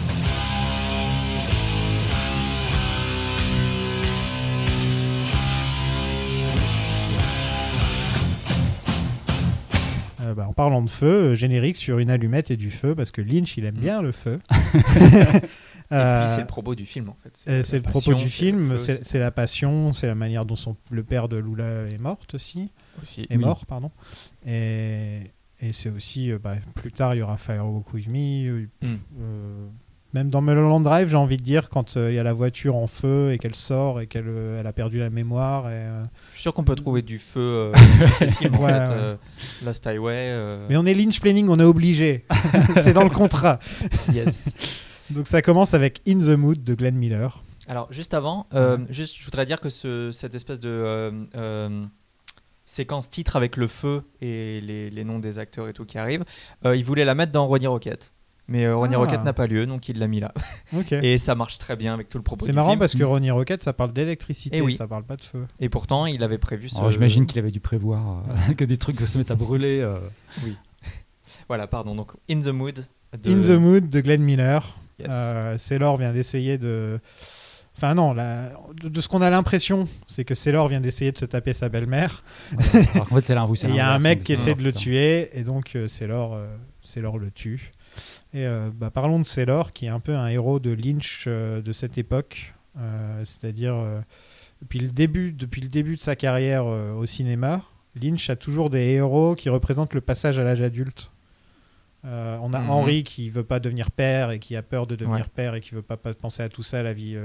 En parlant de feu, générique sur une allumette et du feu, parce que Lynch, il aime bien le feu. Et puis c'est le propos du film, en fait. C'est le propos du film, c'est la passion, c'est la manière dont le père de Lula est mort aussi. Mort, pardon. Et c'est aussi, plus tard, il y aura Firewalk With Me. Même dans Mulholland Drive, j'ai envie de dire, quand il y a la voiture en feu et qu'elle sort et qu'elle a perdu la mémoire. Je suis sûr qu'on peut trouver du feu dans ces films, en fait. Lost Highway. Mais on est Lynch Planning, on est obligé. C'est dans le contrat. Yes. Donc ça commence avec In the Mood de Glenn Miller. Alors, juste avant, je voudrais dire que cette espèce de séquence titre avec le feu et les noms des acteurs et tout qui arrivent, il voulait la mettre dans Ronnie Rocket. Mais Ronnie Rocket n'a pas lieu, donc il l'a mis là. Et ça marche très bien avec tout le propos du film. C'est marrant parce que Ronnie Rocket, ça parle d'électricité, ça parle pas de feu. Et pourtant, il avait prévu j'imagine qu'il avait dû prévoir que des trucs se mettent à brûler. Oui. Voilà, pardon. Donc, In the Mood de Glenn Miller. Yes. Sailor vient d'essayer de... Enfin non, de ce qu'on a l'impression, c'est que Sailor vient d'essayer de se taper sa belle-mère. En fait, c'est l'inverse. Il y a un mec qui essaie de le tuer, et donc Sailor le tue. Et parlons de Sailor, qui est un peu un héros de Lynch de cette époque. C'est-à-dire, depuis le début de sa carrière au cinéma, Lynch a toujours des héros qui représentent le passage à l'âge adulte. On a Henry qui veut pas devenir père et qui a peur de devenir père et qui veut pas penser à tout ça, la vie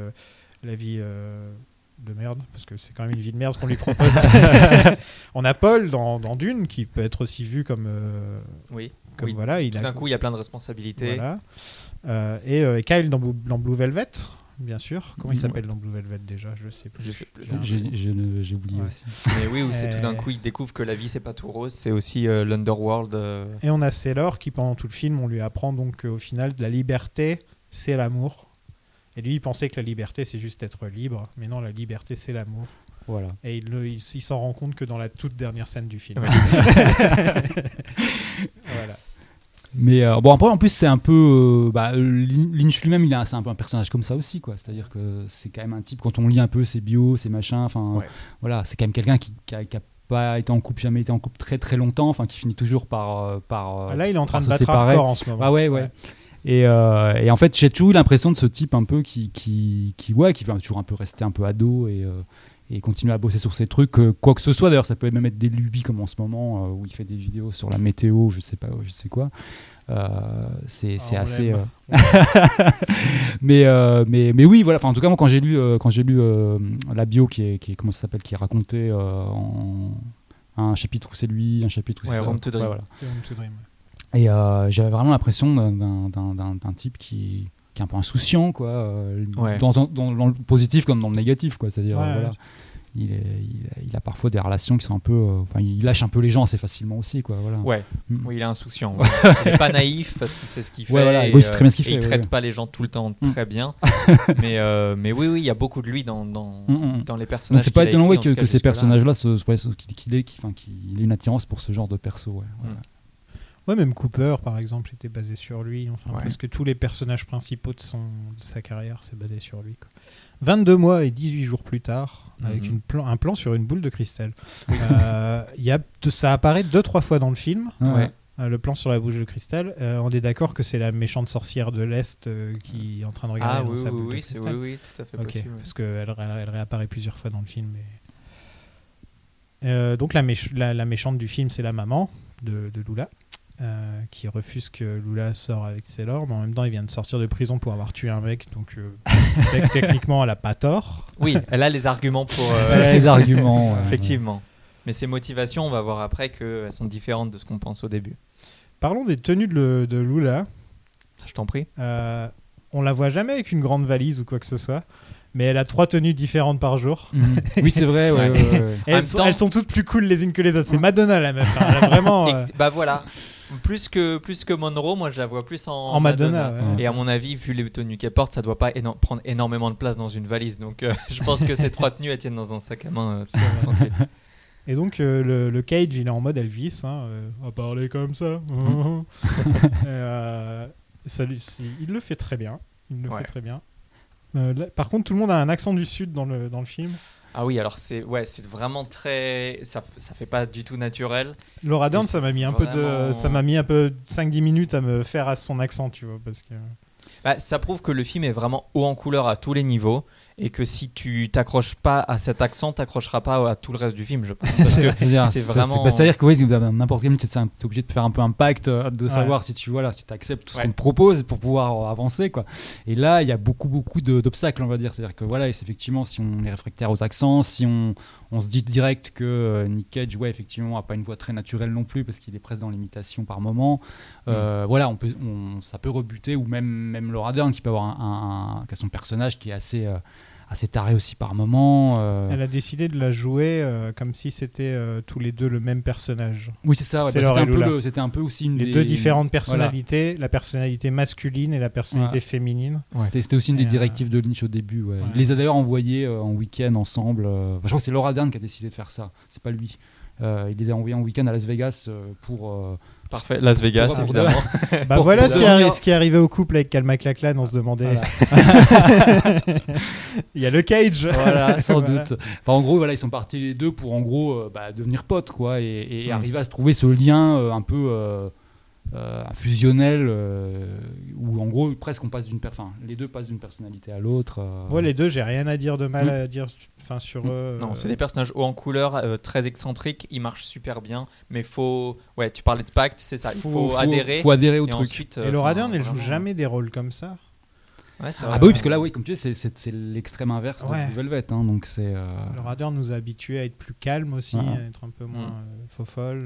de merde, parce que c'est quand même une vie de merde qu'on lui propose. On a Paul dans Dune qui peut être aussi vu comme voilà, tout d'un coup il y a plein de responsabilités. Voilà. Et Kyle dans Blue Velvet, bien sûr. Comment il s'appelle dans Blue Velvet déjà? Je sais plus. J'ai oublié aussi. Mais oui, où c'est tout d'un coup il découvre que la vie c'est pas tout rose, c'est aussi l'underworld. Et on a Sailor qui pendant tout le film on lui apprend donc au final la liberté c'est l'amour. Et lui, il pensait que la liberté, c'est juste être libre. Mais non, la liberté, c'est l'amour. Voilà. Et il s'en rend compte que dans la toute dernière scène du film. Voilà. Mais après, en plus, c'est un peu... Lynch lui-même, c'est un peu un personnage comme ça aussi, quoi. C'est-à-dire que c'est quand même un type, quand on lit un peu ses bios, ses machins, voilà, c'est quand même quelqu'un qui a pas été en couple, jamais été en couple très très longtemps, qui finit toujours par là, il est en train de battre hardcore en ce moment. Ah ouais. Et en fait, j'ai toujours eu l'impression de ce type un peu qui va toujours un peu rester un peu ado et continuer à bosser sur ces trucs, quoi que ce soit. D'ailleurs, ça peut même être des lubies comme en ce moment où il fait des vidéos sur la météo, je sais quoi. C'est assez. mais oui, voilà. Enfin, en tout cas, moi, quand j'ai lu la bio qui est comment ça s'appelle, qui est racontée en un chapitre où c'est lui, un chapitre où c'est Home to Dream. Voilà. C'est Home to Dream. Et j'avais vraiment l'impression d'un type qui est un peu insouciant, quoi, dans le positif comme dans le négatif, quoi. C'est-à-dire, voilà, il a parfois des relations qui sont un peu... il lâche un peu les gens assez facilement aussi, quoi. Voilà. Ouais. Oui, il est insouciant. Ouais. Il n'est pas naïf parce qu'il sait ce qu'il fait. Voilà. Oui, c'est très bien ce qu'il fait. Il ne traite pas les gens tout le temps très bien. mais oui, il y a beaucoup de lui dans les personnages. Donc c'est pas étonnant que ces personnages-là, qu'il ait une attirance pour ce genre de perso. Ouais. Voilà. Ouais, même Cooper, par exemple, était basé sur lui. Presque tous les personnages principaux de sa carrière, c'est basé sur lui, quoi. 22 mois et 18 jours plus tard, avec un plan sur une boule de cristal. Ça apparaît 2-3 fois dans le film, le plan sur la boule de cristal. On est d'accord que c'est la méchante sorcière de l'Est qui est en train de regarder dans sa boule de cristal. Oui, tout à fait possible. Parce qu'elle réapparaît plusieurs fois dans le film. Donc la méchante du film, c'est la maman de Lula. Qui refuse que Lula sort avec Sailor, mais en même temps il vient de sortir de prison pour avoir tué un mec, donc techniquement elle a pas tort. Oui, elle a les arguments pour... Elle a les arguments, effectivement. Mais ses motivations, on va voir après qu'elles sont différentes de ce qu'on pense au début. Parlons des tenues de Lula. Je t'en prie. On la voit jamais avec une grande valise ou quoi que ce soit, mais elle a 3 tenues différentes par jour. Oui, c'est vrai. Elles sont toutes plus cool les unes que les autres. C'est Madonna la meuf. Elle a vraiment... Bah voilà. Plus que Monroe, moi je la vois plus en Madonna. Et à mon avis, vu les tenues qu'elle porte, ça doit pas prendre énormément de place dans une valise. Donc je pense que ces 3 tenues, elles tiennent dans un sac à main. Tranquille. Et donc le Cage, il est en mode Elvis, à parler comme ça. Il le fait très bien. Fait très bien. Par contre, tout le monde a un accent du Sud dans le film. Ah oui, alors c'est vraiment très... Ça fait pas du tout naturel. Laura Dern, ça m'a mis un peu 5-10 minutes à me faire à son accent, tu vois, parce que... ça prouve que le film est vraiment haut en couleur à tous les niveaux, et que si tu t'accroches pas à cet accent, t'accrocheras pas à tout le reste du film, je pense. Parce que c'est vraiment... C'est-à-dire que n'importe quel minute, t'es obligé de faire un peu un pacte, de savoir si tu acceptes tout ce qu'on te propose pour pouvoir avancer, quoi. Et là, il y a beaucoup d'obstacles, on va dire. C'est-à-dire que voilà, et effectivement, si on est réfractaire aux accents, si on se dit direct que Nick Cage, effectivement, a pas une voix très naturelle non plus parce qu'il est presque dans l'imitation par moment. Voilà, ça peut rebuter, ou même Laura Dern qui peut avoir qui a son personnage qui est assez taré aussi par moment. Elle a décidé de la jouer comme si c'était tous les deux le même personnage. Oui, c'est ça. C'était un peu aussi les deux différentes personnalités, la personnalité masculine et la personnalité féminine. C'était aussi une des directives de Lynch au début. Il les a d'ailleurs envoyés en week-end ensemble. Je crois que c'est Laura Dern qui a décidé de faire ça. C'est pas lui. Il les a envoyés en week-end à Las Vegas pour... Parfait, Las Vegas, évidemment. Voilà ce qui est arrivé au couple avec Kyle MacLachlan, on se demandait. Voilà. Il y a le Cage. Voilà, sans doute. Enfin, en gros, ils sont partis les deux pour, en gros, devenir potes, quoi, et arriver à se trouver ce lien un peu un fusionnel où en gros presque on passe les deux passent d'une personnalité à l'autre. Ouais, les deux, j'ai rien à dire de mal à dire sur eux. Non, c'est des personnages hauts en couleur, très excentriques, ils marchent super bien, mais tu parlais de pacte, c'est ça, il faut adhérer. Faut adhérer au et truc. Ensuite, et Laura Dern, elle joue jamais des rôles comme ça. Ouais, c'est Ah vrai. bah oui, parce que là, oui, comme tu dis, c'est l'extrême inverse de Blue Velvet, hein, donc c'est. Laura Dern nous a habitués à être plus calme aussi, à être un peu moins faux-folle.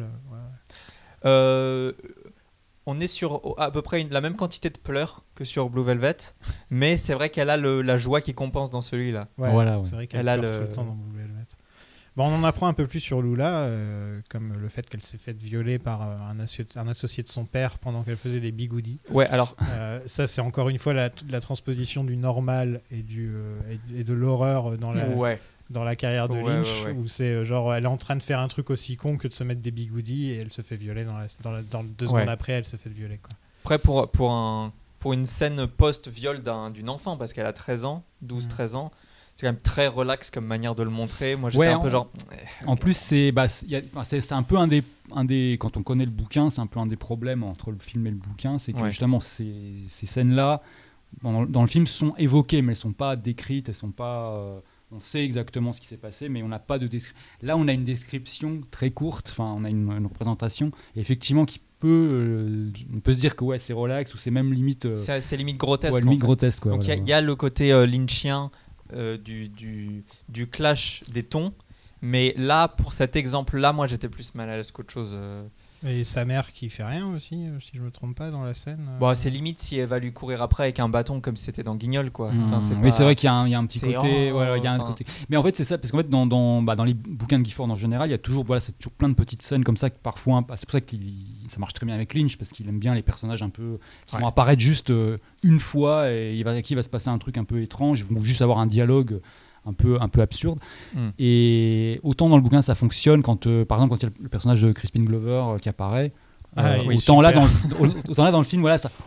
On est sur à peu près la même quantité de pleurs que sur Blue Velvet, mais c'est vrai qu'elle a la joie qui compense dans celui-là. Ouais, voilà, c'est vrai qu'elle Elle a pleure tout le temps dans Blue Velvet. Bon, on en apprend un peu plus sur Lula, comme le fait qu'elle s'est faite violer par un associé de son père pendant qu'elle faisait des bigoudis. Ouais, alors ça, c'est encore une fois la transposition du normal et de l'horreur dans la carrière de Lynch, où c'est genre elle est en train de faire un truc aussi con que de se mettre des bigoudis et elle se fait violer dans 2 secondes après, elle se fait violer, quoi. Après pour une scène post-viol d'une enfant, parce qu'elle a 13 ans, 12-13 ans, c'est quand même très relax comme manière de le montrer. Moi j'étais un peu genre. En plus c'est un peu un des quand on connaît le bouquin, c'est un peu un des problèmes entre le film et le bouquin, c'est que justement ces scènes-là dans le film sont évoquées, mais elles sont pas décrites, elles sont pas. On sait exactement ce qui s'est passé, mais on n'a pas de description. Là, on a une description très courte, on a une représentation, et effectivement, qui on peut se dire que c'est relax, ou c'est même limite... c'est limite grotesque. Ouais, limite grotesque. Quoi, donc il y a le côté lynchien du clash des tons, mais là, pour cet exemple-là, moi, j'étais plus mal à l'aise qu'autre chose. Et sa mère qui fait rien aussi, si je me trompe pas, dans la scène. Bon, c'est limite si elle va lui courir après avec un bâton comme si c'était dans Guignol, quoi. Oui, c'est vrai qu'il y a un petit côté. Côté. Mais en fait, c'est ça, parce qu'en fait, dans les bouquins de Gifford en général, il y a toujours, c'est toujours plein de petites scènes comme ça que parfois, c'est pour ça que ça marche très bien avec Lynch, parce qu'il aime bien les personnages un peu qui vont apparaître juste une fois et il va se passer un truc un peu étrange, ils vont juste avoir un dialogue un peu absurde. Et autant dans le bouquin ça fonctionne quand par exemple quand il y a le personnage de Crispin Glover qui apparaît, autant là dans le film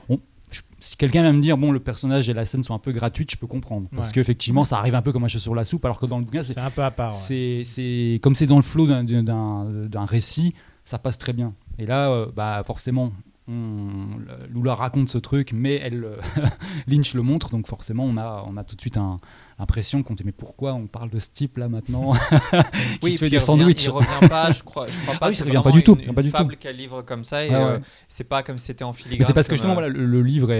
si quelqu'un va me dire le personnage et la scène sont un peu gratuites, je peux comprendre parce qu'effectivement ça arrive un peu comme un cheveu sur la soupe, alors que dans le bouquin c'est un peu à part. C'est comme c'est dans le flow d'un récit, ça passe très bien. Et là forcément Lula raconte ce truc, mais Lynch le montre, donc forcément on a tout de suite l'impression qu'on dit mais pourquoi on parle de ce type là maintenant qui se fait des sandwichs. Il revient pas, je crois pas. Il revient pas du tout. Une fable qu'elle livre comme ça et c'est pas comme si c'était en filigrane. Mais c'est parce que justement le livre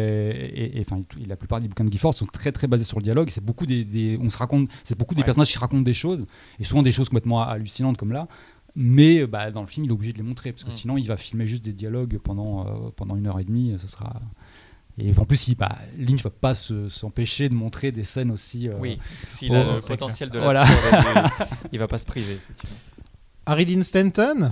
la plupart des bouquins de Gifford sont très très basés sur le dialogue. C'est beaucoup des personnages qui racontent des choses, et souvent des choses complètement hallucinantes comme là. Mais dans le film, il est obligé de les montrer, parce que sinon, il va filmer juste des dialogues pendant 1h30. Ça sera... Et en plus, Lynch va pas s'empêcher de montrer des scènes aussi... Oui, s'il a le potentiel de l'absurde, il va pas se priver. Harry Dean Stanton,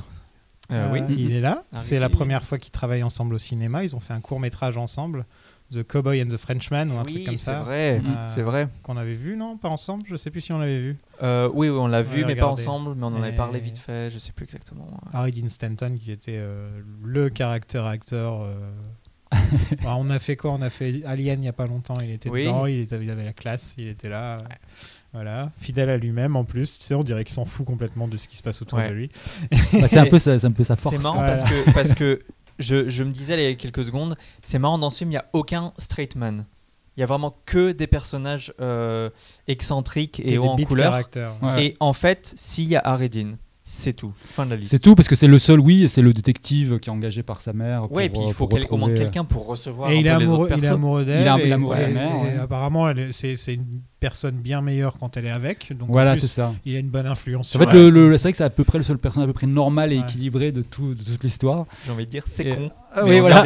il est là. C'est la première fois qu'ils travaillent ensemble au cinéma. Ils ont fait un court-métrage ensemble, The Cowboy and the Frenchman, ou un truc comme ça. C'est vrai. Qu'on avait vu, non? Pas ensemble? Je sais plus si on l'avait vu. Oui, on l'a vu, mais pas ensemble. Mais on en avait parlé vite fait. Je sais plus exactement. Harry Dean Stanton, qui était le character actor. Alors, on a fait quoi? On a fait Alien il y a pas longtemps. Il était dedans. Il avait la classe. Il était là. Voilà, fidèle à lui-même en plus. Tu sais, on dirait qu'il s'en fout complètement de ce qui se passe autour de lui. C'est un peu sa force. C'est marrant parce que je me disais il y a quelques secondes, c'est marrant, dans ce film, il n'y a aucun straight man. Il y a vraiment que des personnages excentriques et hauts en couleur. Et en fait, s'il y a Harry Dean, c'est tout. Fin de la liste. C'est tout, parce que c'est le seul, c'est le détective qui est engagé par sa mère. Oui, et puis il faut au moins quelqu'un pour recevoir et un peu les autres persos. Il est amoureux d'elle. Il est amoureux de la mère. Et apparemment, c'est une personne bien meilleure quand elle est avec. Donc voilà, en plus, c'est ça. Il a une bonne influence. En fait, c'est vrai que c'est à peu près le seul personnage à peu près normal et équilibré de toute l'histoire. J'ai envie de dire, c'est con. Oui, voilà.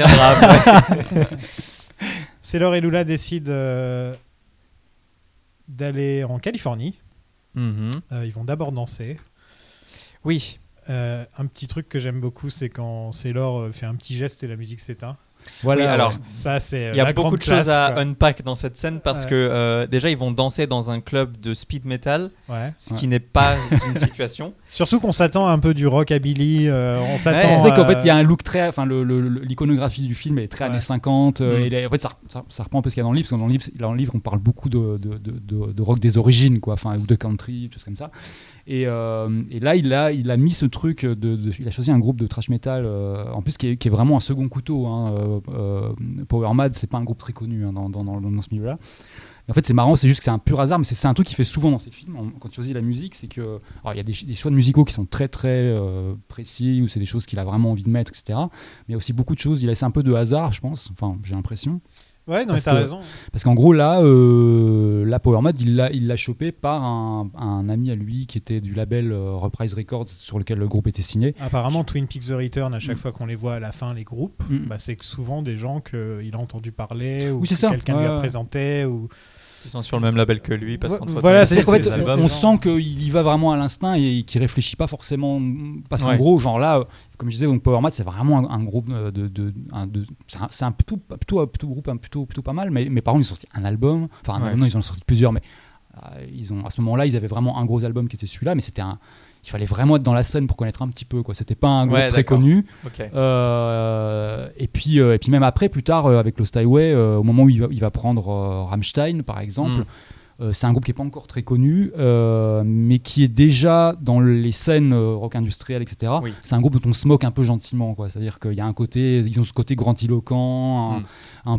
Sailor et Lula décident d'aller en Californie. Ils vont d'abord danser. Oui. Un petit truc que j'aime beaucoup, c'est quand Sailor fait un petit geste et la musique s'éteint. Voilà. Oui, alors, ça c'est il y a la beaucoup grande de choses à classe, unpack dans cette scène parce que déjà ils vont danser dans un club de speed metal, ouais. ce qui n'est pas une situation. Surtout qu'on s'attend un peu du rockabilly, on s'attend. C'est vrai qu'en fait il y a un look très, enfin l'iconographie du film est très années 50 et en fait ça reprend un peu ce qu'il y a dans le livre, parce que dans le livre on parle beaucoup de rock des origines, quoi, enfin, ou de country, des choses comme ça. Et là il a mis ce truc il a choisi un groupe de thrash metal en plus qui est vraiment un second couteau, hein. Power Mad, c'est pas un groupe très connu, hein, dans ce milieu-là. Et en fait, c'est marrant, c'est juste que c'est un pur hasard, mais c'est un truc qu'il fait souvent dans ses films. Quand tu choisis la musique, c'est que alors, il y a des choix de musicaux qui sont très très précis, ou c'est des choses qu'il a vraiment envie de mettre, etc. Mais il y a aussi beaucoup de choses, il laisse un peu de hasard, je pense. Enfin, j'ai l'impression. Ouais, non, mais t'as raison. Parce qu'en gros, là, Power Mad, il l'a chopé par un ami à lui qui était du label Reprise Records, sur lequel le groupe était signé. Apparemment, Twin Peaks The Return, à chaque fois qu'on les voit à la fin, les groupes, c'est que souvent des gens qu'il a entendu parler, ou que quelqu'un lui a présenté, ou... Ils sont sur le même label que lui, parce qu'entre voilà, c'est-à-dire qu'en fait, on sent qu'il y va vraiment à l'instinct et qu'il réfléchit pas forcément, parce qu'en gros, genre là, comme je disais, donc Power Mad, c'est vraiment un groupe c'est un plutôt groupe plutôt pas mal, mais par contre ils ont sorti un album, enfin non, ils en ont sorti plusieurs, mais à ce moment-là ils avaient vraiment un gros album qui était celui-là, mais il fallait vraiment être dans la scène pour connaître un petit peu, quoi. C'était pas un groupe très connu. Okay. Et puis même après, plus tard, avec Lost Highway, au moment où il va prendre Rammstein, par exemple, c'est un groupe qui est pas encore très connu, mais qui est déjà dans les scènes rock industrielles, etc. Oui. C'est un groupe dont on se moque un peu gentiment, quoi. C'est-à-dire qu'il y a ils ont ce côté grandiloquent, un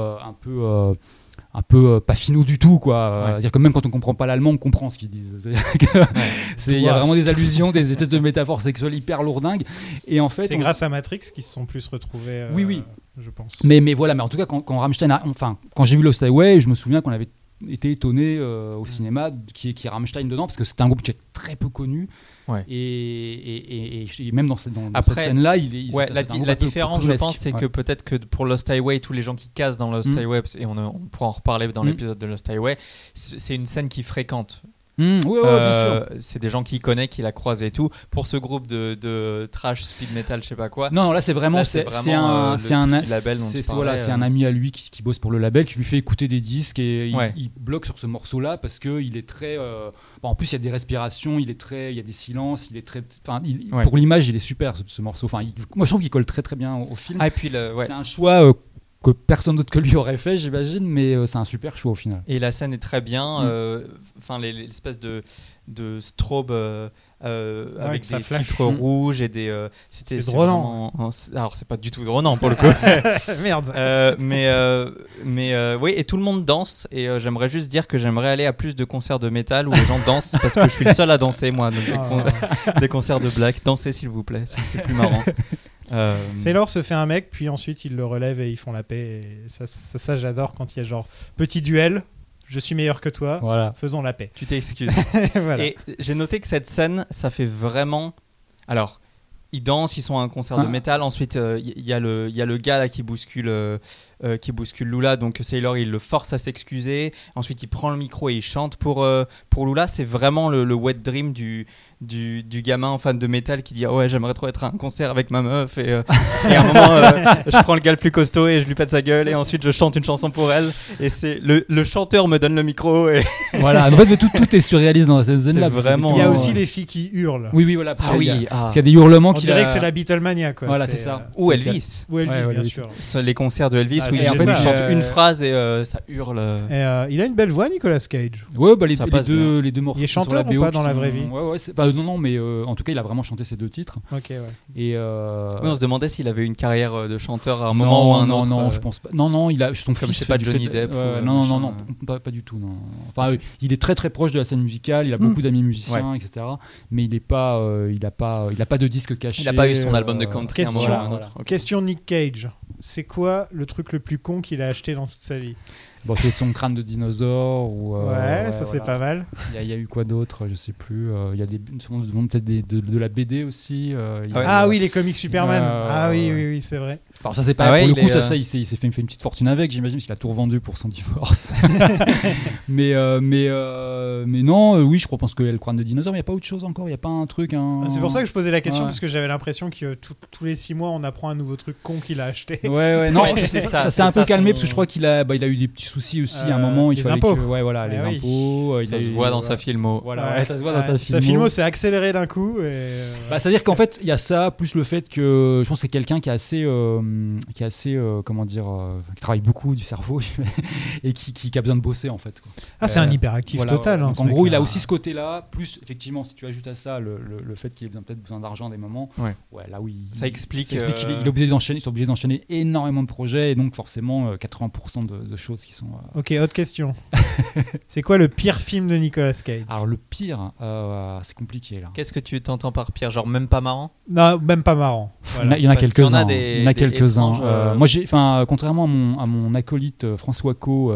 peu pas finaux du tout, quoi. C'est-à-dire que même quand on comprend pas l'allemand, on comprend ce qu'ils disent. Il y a vraiment des allusions, des espèces de métaphores sexuelles hyper lourdingues. Et en fait, c'est grâce à Matrix qu'ils se sont plus retrouvés. Oui, je pense. Mais voilà, mais en tout cas, quand Rammstein, quand j'ai vu Lost Highway, je me souviens qu'on avait été étonné au cinéma qu'il y ait Rammstein dedans, parce que c'était un groupe qui est très peu connu. Ouais. Et même dans cette scène-là, la différence, je pense, c'est que peut-être que pour Lost Highway, tous les gens qui cassent dans Lost Highway, et on pourra en reparler dans l'épisode de Lost Highway, c'est une scène qui fréquente. Bien sûr. C'est des gens qui connaissent, qui la croisent et tout. Pour ce groupe de trash speed metal, je sais pas quoi. Non, là c'est vraiment c'est un ami à lui qui bosse pour le label, qui lui fait écouter des disques et il bloque sur ce morceau-là parce que il est très. En plus, il y a des respirations, il y a des silences, il est très. Pour l'image, il est super ce morceau. Moi, je trouve qu'il colle très très bien au film. Ah, et puis c'est un choix. Que personne d'autre que lui aurait fait, j'imagine, mais c'est un super choix au final. Et la scène est très bien, l'espèce de strobe avec des filtres rouges et des... c'est dronant. Alors c'est pas du tout dronant pour le coup. Merde. Mais oui, et tout le monde danse, et j'aimerais juste dire que j'aimerais aller à plus de concerts de métal où les gens dansent, parce que je suis le seul à danser, moi, des concerts de black. Dansez s'il vous plaît, c'est plus marrant. Sailor se fait un mec, puis ensuite il le relève et ils font la paix. Et ça j'adore quand il y a genre petit duel. Je suis meilleur que toi. Voilà. Faisons la paix. Tu t'excuses. Voilà. Et j'ai noté que cette scène, ça fait vraiment. Alors, ils dansent, ils sont à un concert de métal. Ensuite, il y a le gars là qui bouscule Lula. Donc Sailor, il le force à s'excuser. Ensuite, il prend le micro et il chante pour Lula. C'est vraiment le wet dream du gamin fan de métal qui dit ouais, j'aimerais trop être à un concert avec ma meuf, et à un moment je prends le gars le plus costaud et je lui pète sa gueule, et ensuite je chante une chanson pour elle, et c'est le chanteur me donne le micro, et voilà. En fait, tout est surréaliste dans cette scène là. Vraiment, il y a aussi les filles qui hurlent. Oui, voilà, parce qu'il y a des hurlements. On dirait que c'est la Beatlemania, quoi. Voilà, c'est ça. Ou Elvis, bien sûr. Les concerts de Elvis où en fait il chante une phrase et ça hurle. Il a une belle voix, Nicolas Cage. Ouais, les deux morceaux. Il est chanteur ou pas dans la vraie vie? Non, mais en tout cas, il a vraiment chanté ces deux titres. Ok, ouais. Et on se demandait s'il avait une carrière de chanteur à un moment ou à un autre. Non, je pense pas. Non, il a son comme fils. Je sais pas, Johnny Depp. Non, pas du tout. Non. Enfin, il est très très proche de la scène musicale. Il a beaucoup d'amis musiciens, etc. Mais il a pas de disque caché. Il a pas eu son album de country. Question Nick Cage. C'est quoi le truc le plus con qu'il a acheté dans toute sa vie? Bon, c'est son crâne de dinosaure. Ou, ça c'est pas mal. Il y a eu quoi d'autre, je sais plus. Il y a peut-être de la BD aussi. Oui, les comics Superman. Oui, c'est vrai. Alors ça c'est pas pour le coup ça il s'est fait une petite fortune avec, j'imagine, parce qu'il a tout revendu pour son divorce. mais non, oui, je pense que le crâne de dinosaure, mais il y a pas autre chose encore, il y a pas un truc. C'est pour ça que je posais la question, parce que j'avais l'impression que tous les 6 mois on apprend un nouveau truc con qu'il a acheté. Non, ça s'est un peu calmé parce que je crois qu'il a eu des petits soucis aussi à un moment. Il fallait impôts. Les impôts. Ça se voit dans sa filmo. Ça se voit dans sa filmo. Sa filmo s'est accélérée d'un coup. C'est-à-dire qu'en fait il y a ça plus le fait que je pense que c'est quelqu'un qui est assez comment dire, qui travaille beaucoup du cerveau et qui a besoin de bosser en fait, quoi. C'est un hyperactif total. Donc, en gros, il a aussi ce côté-là, plus effectivement, si tu ajoutes à ça le fait qu'il ait peut-être besoin d'argent à des moments, là oui, ça explique qu'il est obligé d'enchaîner énormément de projets et donc forcément 80% de choses qui sont. Ok, autre question. C'est quoi le pire film de Nicolas Cage? Alors le pire, c'est compliqué là. Qu'est-ce que tu t'entends par pire? Genre même pas marrant? Non, même pas marrant. Voilà. Il y en a quelques-uns. Il y en a quelques-uns. Moi, contrairement à mon acolyte François Co,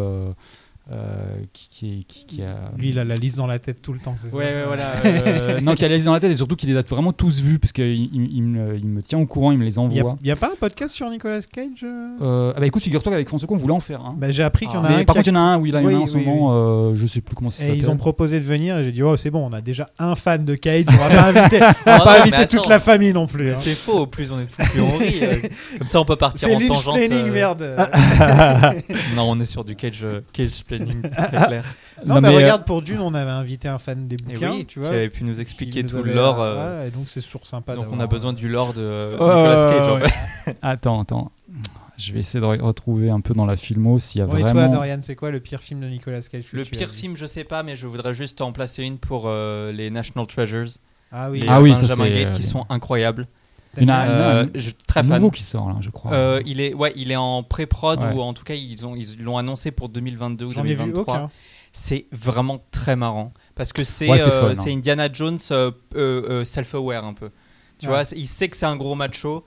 qui a... Lui, il a la liste dans la tête tout le temps, c'est ça? Voilà. Non, qui a la liste dans la tête et surtout qu'il les a vraiment tous vus, parce qu'il me tient au courant, il me les envoie. Il n'y a pas un podcast sur Nicolas Cage? Écoute, figure-toi qu'avec François Co, on voulait en faire un. J'ai appris qu'il y en a un. Par contre, il y en a un, il y en a un en ce moment, je sais plus comment ça s'appelle. Et ils ont proposé de venir, et j'ai dit, c'est bon, on a déjà un fan de Cage, on va pas inviter toute la famie non plus. C'est faux, plus on est fou, plus on rit. Comme ça, on peut partir en tangente. C'est Lynch merde. Non, on est sur du Cage planning, très clair. Non, mais regarde, pour Dune, on avait invité un fan des bouquins, tu vois, qui avait pu nous expliquer tout le lore. Et donc c'est toujours sympa. Donc on a besoin du lore de Nicolas Cage. En fait. Attends. Je vais essayer de retrouver un peu dans la filmo s'il y a vraiment. Et toi, Dorian, c'est quoi le pire film de Nicolas Cage? Le pire film, je sais pas, mais je voudrais juste en placer une pour les National Treasures. Oui, Benjamin Gate, qui sont incroyables. Il y en a très fan. Nouveau qui sort là, je crois. Il est en pré-prod, ou en tout cas ils l'ont annoncé pour 2022 ou 2023. C'est vraiment très marrant parce que c'est Indiana Jones self-aware un peu. Tu vois, il sait que c'est un gros macho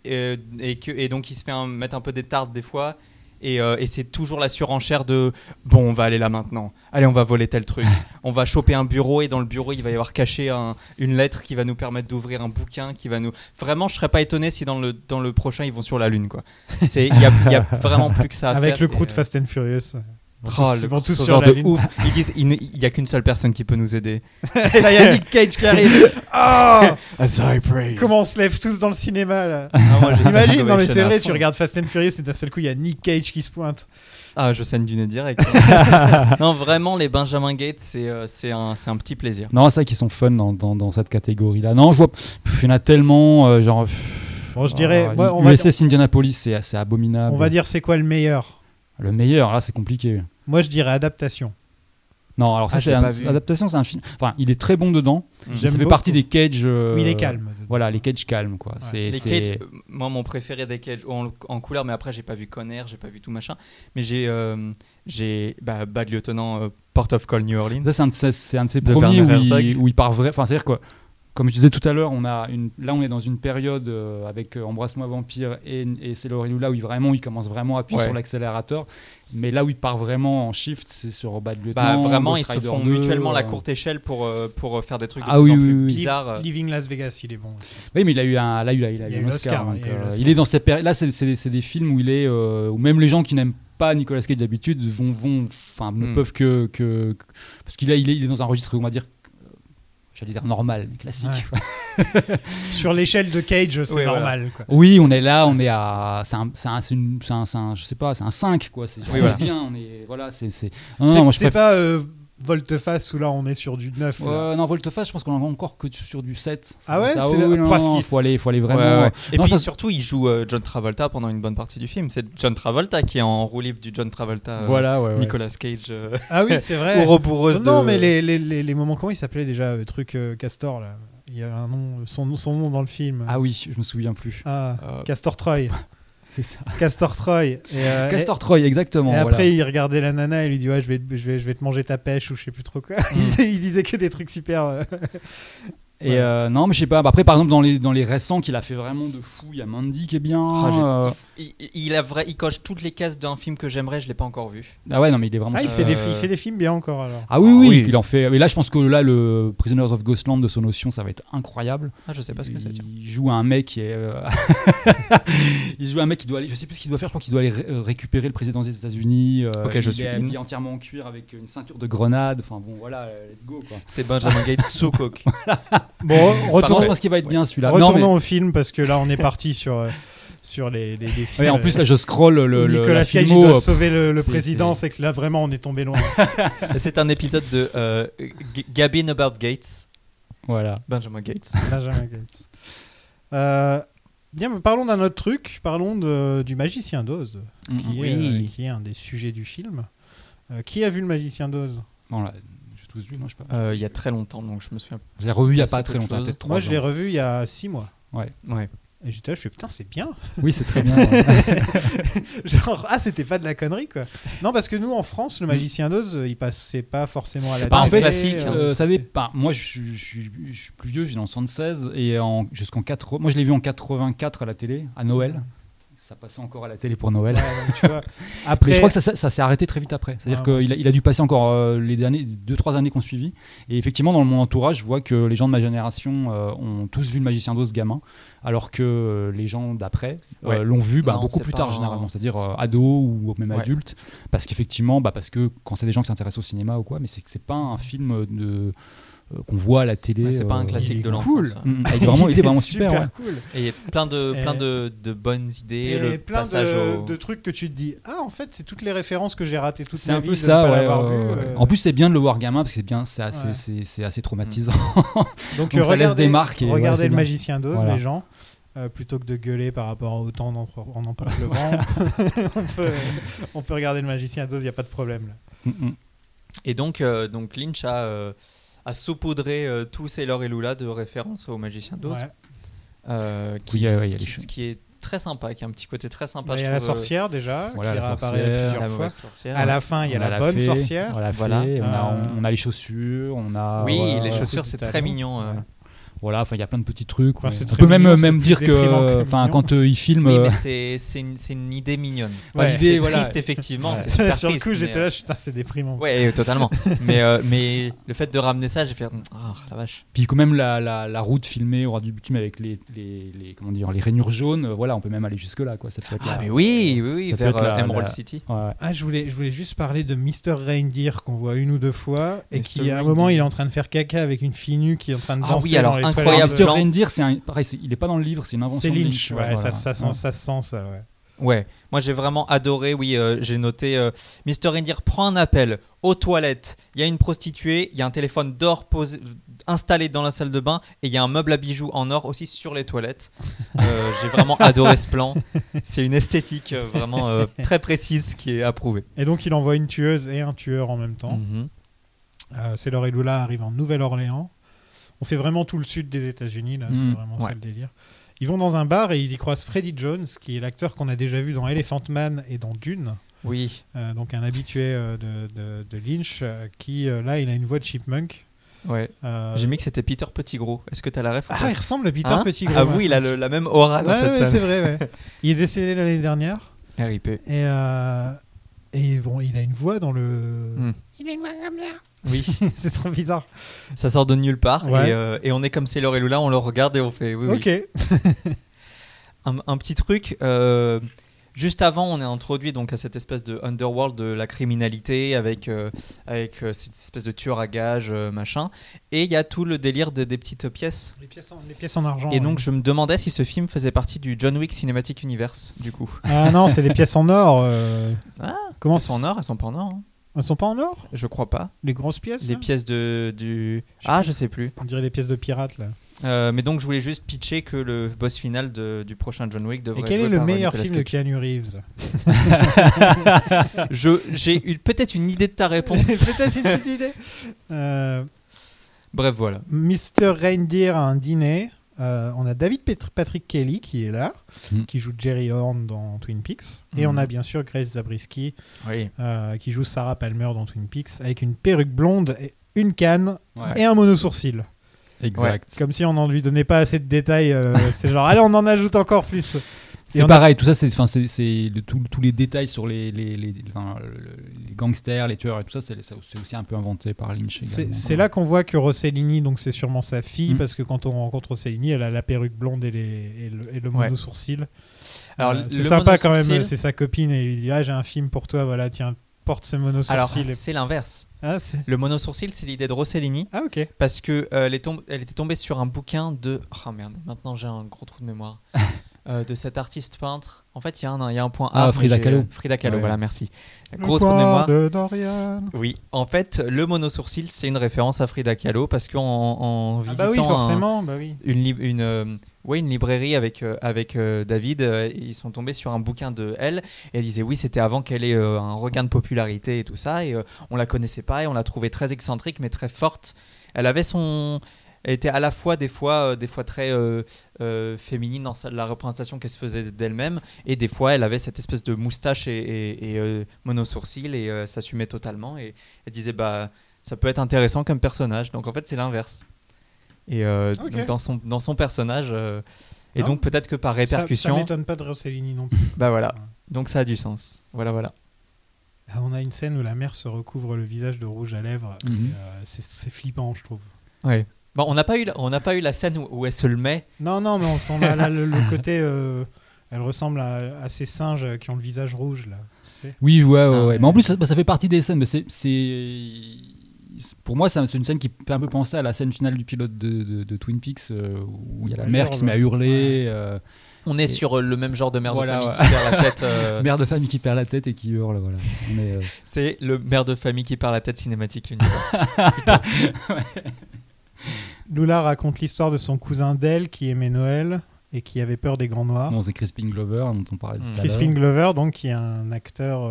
et donc il se fait mettre un peu des tartes des fois. Et c'est toujours la surenchère de on va aller là maintenant, allez on va voler tel truc, on va choper un bureau et dans le bureau il va y avoir caché une lettre qui va nous permettre d'ouvrir un bouquin qui va nous... Vraiment je serais pas étonné si dans le prochain ils vont sur la lune quoi. Il y a vraiment plus que ça à faire. Avec le crew de Fast and Furious. Ils vont tous sur la lune. Ouf. Ils disent il n'y a qu'une seule personne qui peut nous aider. Et là il y a Nick Cage qui arrive. As I pray. Comment on se lève tous dans le cinéma là. Imagine, non mais c'est vrai, tu regardes Fast and Furious et d'un seul coup il y a Nick Cage qui se pointe. Je saigne du nez direct. Non vraiment les Benjamin Gate c'est un petit plaisir. Non c'est vrai qu'ils sont fun dans cette catégorie là. Non je vois il y en a tellement genre. Bon je dirais. USS Indianapolis c'est abominable. On va dire c'est quoi le meilleur? Le meilleur, là, c'est compliqué. Moi, je dirais adaptation. Non, alors ça, adaptation, c'est un film. Enfin, il est très bon dedans. Ça fait partie des Cage. Oui, il est calme. Voilà, les Cage calmes, quoi. Ouais. Les Cage, moi, mon préféré des Cage en couleur, mais après, j'ai pas vu Conner, j'ai pas vu tout machin. Mais j'ai Bad Lieutenant, Port of Call, New Orleans. Ça, c'est un de ses premiers où il part vrai. Enfin, c'est-à-dire quoi. Comme je disais tout à l'heure, là on est dans une période avec Embrasse-moi Vampire et c'est Lorelula où il commence vraiment à appuyer sur l'accélérateur. Mais là où il part vraiment en shift, c'est sur Bad Lieutenant. Vraiment, ils se font mutuellement la courte échelle pour faire des trucs de plus en plus bizarres. Living Las Vegas, il est bon aussi. Oui, mais il a eu un Oscar. Il est dans cette période. Là, c'est des films où où même les gens qui n'aiment pas Nicolas Cage d'habitude ne peuvent que parce qu'il est dans un registre, on va dire. J'allais dire normal, mais classique. Ouais. Sur l'échelle de Cage, c'est normal. Quoi. Oui, on est là, on est à. C'est je sais pas, c'est un 5, quoi. C'est bien, c'est pas Volte-face où là on est sur du 9. Non, Volte-face, je pense qu'on est encore que sur du 7. Ah ouais, il faut aller vraiment. Ouais. Et puis surtout, il joue John Travolta pendant une bonne partie du film. C'est John Travolta qui est en roue libre du John Travolta. Nicolas Cage. Ah oui, c'est vrai. Ouroboros. Non, mais les moments, comment il s'appelait déjà le truc Castor là. Il y a un nom, son nom dans le film. Ah oui, je me souviens plus. Castor Troy. C'est ça. Castor Troy. Castor Troy, exactement. Et après, il regardait la nana et lui dit je vais te manger ta pêche ou je sais plus trop quoi. Il disait que des trucs super. Et non, mais je sais pas. Après, par exemple, dans les récents qu'il a fait vraiment de fou, il y a Mandy qui est bien. Il coche toutes les cases d'un film que j'aimerais, je l'ai pas encore vu. Ah ouais, non, mais il est vraiment. Il fait des films bien encore alors. Ah oui, il en fait. Mais là, je pense que là, le Prisoners of Ghostland de Sonotion, ça va être incroyable. Ah, je sais pas ce que c'est. Il joue un mec qui est. Il joue un mec qui doit aller. Je sais plus ce qu'il doit faire. Je crois qu'il doit aller récupérer le président des États-Unis. Ok, je suis. Il est entièrement en cuir avec une ceinture de grenade. Enfin bon, voilà, let's go quoi. C'est Benjamin Gates sous coke. Bon, je pense qu'il va être bien celui-là. Retournons au film parce que là on est parti sur les films. Ouais, en plus là je scroll Nicolas Cage doit sauver le président, c'est que là vraiment on est tombé loin. C'est un épisode de Gabbing About Gates. Voilà. Benjamin Gates. Bien, mais parlons d'un autre truc. Parlons du Magicien d'Oz, qui est un des sujets du film. Qui a vu le Magicien d'Oz? Bon, là, j'ai tous vu, non, je sais pas. Il y a très longtemps, donc je me souviens. Je l'ai revu il y a pas très longtemps, peut-être 3 ans. Moi, je l'ai revu il y a 6 mois. Ouais. Et j'étais là, je fais putain, c'est bien. Oui, c'est très bien. Genre, c'était pas de la connerie quoi. Non, parce que nous en France, le Magicien d'Oz, il passait pas forcément à la télé. En fait, classique. ça dépend. Moi, je suis plus vieux, j'ai né en 76 et jusqu'en 80. Moi, je l'ai vu en 84 à la télé, à Noël. Ça passait encore à la télé pour Noël. Ouais, donc, tu vois, après... Mais je crois que ça s'est arrêté très vite après. C'est-à-dire qu'il a dû passer encore les 2-3 années qu'on suivi. Et effectivement, dans mon entourage, je vois que les gens de ma génération ont tous vu le Magicien d'Oz gamin, alors que les gens d'après l'ont vu beaucoup plus tard généralement, c'est-à-dire ado ou même adulte, parce qu'effectivement, parce que quand c'est des gens qui s'intéressent au cinéma ou quoi, mais c'est pas un film qu'on voit à la télé. C'est pas un classique de l'enfance. Cool. Il est vraiment super cool. Et il y a plein de bonnes idées. Et le plein passage de trucs que tu te dis, en fait, c'est toutes les références que j'ai ratées toute c'est ma un vie peu de ça, pas ouais, l'avoir vu. En plus, c'est bien de le voir gamin parce que c'est assez traumatisant. Donc ça laisse des marques. Regardez le Magicien d'Oz, voilà. les gens. Plutôt que de gueuler par rapport au temps on emporte le vent, on peut regarder le Magicien d'Oz, il n'y a pas de problème là. Et donc Lynch a saupoudré tout Sailor et Lula de références au Magicien d'Oz. Qui est très sympa, qui a un petit côté très sympa. Il y a la sorcière déjà, qui réapparaît plusieurs fois. Sorcière. À la fin, il y a la bonne sorcière. Voilà. On a les chaussures, les chaussures, c'est très mignon. Voilà, il y a plein de petits trucs. On peut même dire que quand il filme. Oui, mais c'est une idée mignonne. C'est triste, effectivement. C'est super sur triste. le coup, j'étais là, putain, c'est déprimant. Ouais, totalement. mais le fait de ramener ça, j'ai fait la vache. Puis quand même la route filmée au ras du bitume avec les rainures jaunes, on peut même aller jusque là quoi. Ça peut être mais oui, vers Emerald City. Ouais. Je voulais juste parler de Mr. Reindeer qu'on voit une ou deux fois et qui à un moment il est en train de faire caca avec une fille nue qui est en train de danser dans les incroyable. Mr. Reindeer, il est pas dans le livre, c'est une invention. C'est Lynch, ça se sent ça. Ouais, moi j'ai vraiment adoré. Oui, j'ai noté Mr. Reindeer prend un appel aux toilettes. Il y a une prostituée, il y a un téléphone d'or installé dans la salle de bain et il y a un meuble à bijoux en or aussi sur les toilettes. J'ai vraiment adoré ce plan. C'est une esthétique vraiment très précise qui est approuvée. Et donc il envoie une tueuse et un tueur en même temps. Sailor et Lula arrivent en Nouvelle-Orléans. On fait vraiment tout le sud des États-Unis, là, c'est vraiment ça le délire. Ils vont dans un bar et ils y croisent Freddie Jones, qui est l'acteur qu'on a déjà vu dans Elephant Man et dans Dune. Oui. Donc un habitué de Lynch, qui là, il a une voix de chipmunk. Ouais. J'ai mis que c'était Peter Pettigrew. Est-ce que tu as la ref? Il ressemble à Peter Pettigrew. Ah oui, il a la même aura dans cette scène. C'est vrai, ouais. Il est décédé l'année dernière. RIP. Et bon, il a une voix dans le... Il a une voix comme ça. Oui. C'est trop bizarre. Ça sort de nulle part. Ouais. Et on est comme Sailor et Lula, on le regarde et on fait oui. Ok. Un petit truc. Juste avant, on est introduit donc à cette espèce de underworld de la criminalité avec cette espèce de tueur à gages, machin. Et il y a tout le délire des petites pièces. Les pièces en argent. Et donc je me demandais si ce film faisait partie du John Wick Cinematic Universe, du coup. Ah non, c'est les pièces en or. Comment elles sont en or? Elles sont pas en or. Elles sont pas en or? Je crois pas. Les grosses pièces? Les pièces du... je sais plus. On dirait des pièces de pirates, là. Mais donc je voulais juste pitcher que le boss final du prochain John Wick devrait être. Et quel est le meilleur film de Keanu Reeves? J'ai eu peut-être une idée de ta réponse. Peut-être une petite idée. Bref, voilà. Mr. Reindeer a un dîner. On a David Patrick Kelly qui est là, qui joue Jerry Horn dans Twin Peaks. Et on a bien sûr Grace Zabriskie qui joue Sarah Palmer dans Twin Peaks avec une perruque blonde, une canne et un mono-sourcil. Exact. Comme si on n'en lui donnait pas assez de détails. C'est genre, allez, on en ajoute encore plus. C'est pareil, tout ça, c'est tous les détails sur les gangsters, les tueurs et tout ça, c'est aussi un peu inventé par Lynch. C'est là qu'on voit que Rossellini, donc c'est sûrement sa fille, parce que quand on rencontre Rossellini, elle a la perruque blonde et le mono-sourcil. Alors, c'est sympa quand même, c'est sa copine et il lui dit j'ai un film pour toi, voilà, tiens, porte ce mono-sourcil. Alors, c'est l'inverse. Le mono-sourcil, c'est l'idée de Rossellini. Ah, ok. Parce que elle était tombée sur un bouquin de... Oh merde, maintenant j'ai un gros trou de mémoire. De cet artiste peintre. En fait, il y a un point A. Frida Kahlo. Frida Kahlo, voilà, merci. Gros trou de mémoire. De Dorian. Oui, en fait, le mono-sourcil, c'est une référence à Frida Kahlo parce qu'en visitant une librairie avec David, ils sont tombés sur un bouquin de elle et elle disait oui, c'était avant qu'elle ait un regain de popularité et tout ça, et on la connaissait pas et on la trouvait très excentrique mais très forte. Elle était à la fois des fois très féminine dans la représentation qu'elle se faisait d'elle-même, et des fois elle avait cette espèce de moustache et mono-sourcil et s'assumait totalement, et elle disait ça peut être intéressant comme personnage. Donc en fait c'est l'inverse. Et donc dans son personnage et donc peut-être que par répercussion ça m'étonne pas de Rossellini non plus. Voilà, donc ça a du sens. Voilà. On a une scène où la mère se recouvre le visage de rouge à lèvres. C'est flippant, je trouve. Ouais. Bon, on n'a pas eu la scène où elle se le met. Non, mais on sent là, le côté. Elle ressemble à ces singes qui ont le visage rouge là. Tu sais. Oui, ouais. Mais en plus, ça fait partie des scènes. Mais pour moi, c'est une scène qui fait un peu penser à la scène finale du pilote de Twin Peaks, où il y a la mère qui se met à hurler. On est sur le même genre de mère de famille qui perd la tête. Mère de famille qui perd la tête et qui hurle, voilà. C'est le mère de famille qui perd la tête cinématique l'univers. Lula raconte l'histoire de son cousin Dell qui aimait Noël et qui avait peur des grands noirs. Non, c'est Crispin Glover dont on parlait tout à l'heure. Crispin Glover, donc, qui est un acteur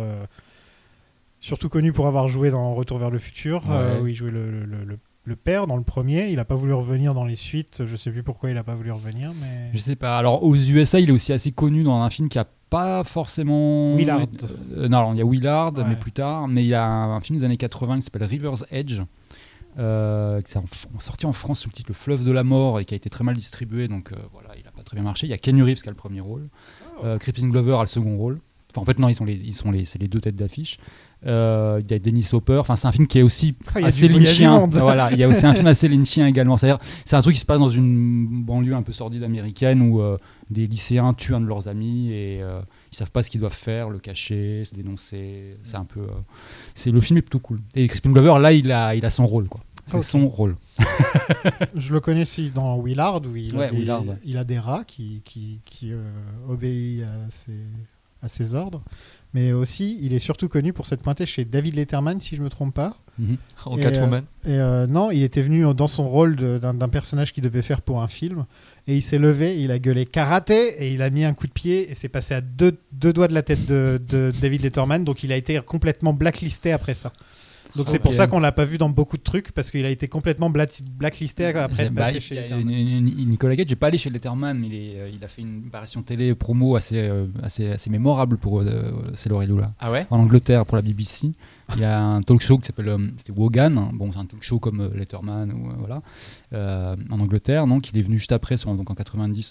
surtout connu pour avoir joué dans Retour vers le futur, où il jouait le père dans le premier. Il n'a pas voulu revenir dans les suites. Je ne sais plus pourquoi il n'a pas voulu revenir. Mais... Je ne sais pas. Alors, aux USA, il est aussi assez connu dans un film qui a pas forcément... Willard. Non, il y a Willard, mais plus tard. Mais il y a un film des années 80 qui s'appelle River's Edge, qui est sorti en France sous le titre Le Fleuve de la Mort et qui a été très mal distribué, donc voilà, il n'a pas très bien marché. Il y a Keanu Reeves qui a le premier rôle, Crispin Glover a le second rôle. Enfin, en fait, non, c'est les deux têtes d'affiche. Il y a Dennis Hopper. Enfin, c'est un film qui est aussi assez lynchien. Voilà, il y a aussi un film assez lynchien également. C'est-à-dire, c'est un truc qui se passe dans une banlieue un peu sordide américaine où des lycéens tuent un de leurs amis et ils savent pas ce qu'ils doivent faire, le cacher, se dénoncer. C'est un peu. Le film est plutôt cool. Et Crispin Glover, là, il a son rôle, quoi. C'est son rôle. Je le connais aussi dans Willard, où il a des rats qui obéissent à ses ordres. Mais aussi, il est surtout connu pour s'être pointé chez David Letterman, si je ne me trompe pas. En Catwoman. Non, il était venu dans son rôle d'un personnage qu'il devait faire pour un film. Et il s'est levé, il a gueulé karaté, et il a mis un coup de pied, et c'est passé à deux doigts de la tête de David Letterman. Donc il a été complètement blacklisté après ça. Donc c'est pour ça qu'on l'a pas vu dans beaucoup de trucs, parce qu'il a été complètement blacklisté après être passé chez Letterman. Nicolas Cage n'est pas allé chez Letterman, mais il a fait une apparition télé promo assez mémorable pour C'est Laurie Lula. Ah ouais ? En Angleterre pour la BBC. Il y a un talk show qui s'appelle c'était Wogan. Bon, c'est un talk show comme Letterman ou voilà. En Angleterre, donc il est venu juste après, donc en 90.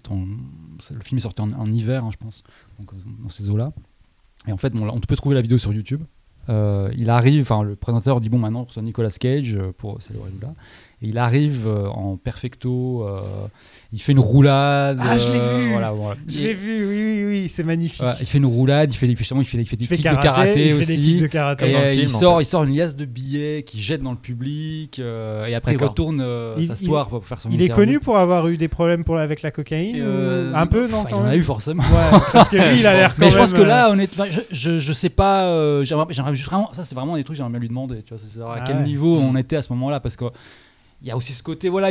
Le film est sorti en hiver, hein, je pense, donc dans ces eaux-là. Et en fait, on peut trouver la vidéo sur YouTube. Il arrive, le présentateur dit maintenant on reçoit Nicolas Cage pour C'est Laurie Lula, et il arrive en perfecto, il fait une roulade. Je l'ai vu. Voilà. Je l'ai vu, oui, c'est magnifique. Il fait une roulade, il fait des kicks de karaté aussi. Et il sort une liasse de billets qu'il jette dans le public, et après il retourne s'asseoir pour faire son interview. Il est connu pour avoir eu des problèmes avec la cocaïne, un peu, non? Il en a eu forcément. Ouais, parce que lui, il a l'air quand même. Mais je pense que là, honnêtement, je sais pas. J'aimerais juste vraiment. Ça, c'est vraiment des trucs que j'aimerais bien lui demander. Tu vois, c'est savoir à quel niveau on était à ce moment-là, parce que. Il y a aussi ce côté, voilà,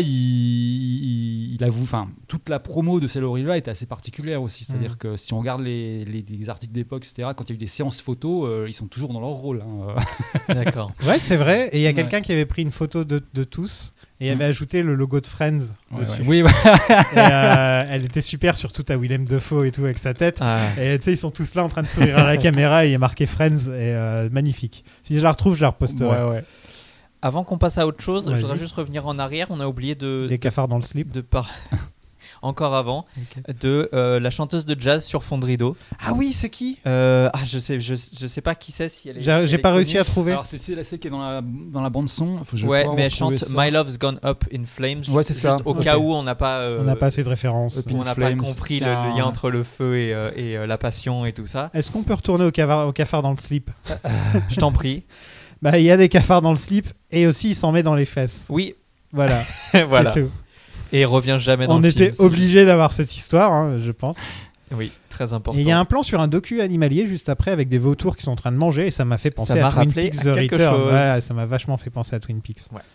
il avoue, toute la promo de C'est Laurie Lula était assez particulière aussi. C'est-à-dire que si on regarde les articles d'époque, etc., quand il y a eu des séances photos, ils sont toujours dans leur rôle. Hein. D'accord. Ouais, c'est vrai. Et il y a quelqu'un qui avait pris une photo de tous et avait ajouté le logo de Friends dessus. Oui, et, elle était super, surtout à Willem Dafoe et tout avec sa tête. Et tu sais, ils sont tous là en train de sourire à la caméra et il y a marqué Friends et magnifique. Si je la retrouve, je la reposterai. Ouais. Avant qu'on passe à autre chose, Vas-y. je voudrais juste revenir en arrière. On a oublié Les cafards dans le slip. encore avant, Ok. de la chanteuse de jazz sur fond de rideau. Ah oui, c'est qui? Je sais pas qui c'est, si elle est. si elle J'ai est pas réussi connue. à trouver. Alors c'est celle qui est dans la bande son. Ouais, mais elle chante My Love's Gone Up in Flames. Ouais, c'est ça. Juste au Ok. cas où on n'a pas. On n'a pas assez de références. Up in on n'a pas Flames, compris c'est le un- lien entre le feu et la passion et tout ça. Est-ce qu'on peut retourner au cafard dans le slip? Je t'en prie. Bah, il y a des cafards dans le slip et aussi il s'en met dans les fesses. Oui, Voilà, voilà. c'est tout. Et il revient jamais dans On le était film. obligé d'avoir cette histoire, hein, je pense. Oui, très important. Et il y a un plan sur un docu animalier juste après avec des vautours qui sont en train de manger et ça m'a fait penser m'a à Twin rappelé Peaks à The quelque Return. chose. Voilà, ça m'a vachement fait penser à Twin Peaks. Ouais.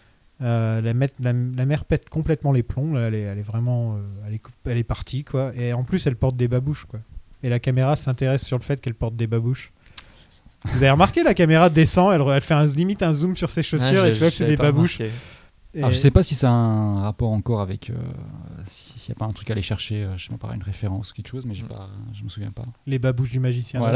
La mère pète complètement les plombs. Là, elle est vraiment, elle est partie quoi. Et en plus, elle porte des babouches quoi. Et la caméra s'intéresse sur le fait qu'elle porte des babouches. Vous avez remarqué, la caméra descend, elle fait limite un zoom sur ses chaussures et tu vois que c'est des babouches. Et- Alors, je sais pas si ça a un rapport encore avec s'il n'y a pas un truc à aller chercher, je sais pas, par une référence ou quelque chose, mais je me souviens pas. Les babouches du magicien. Voilà.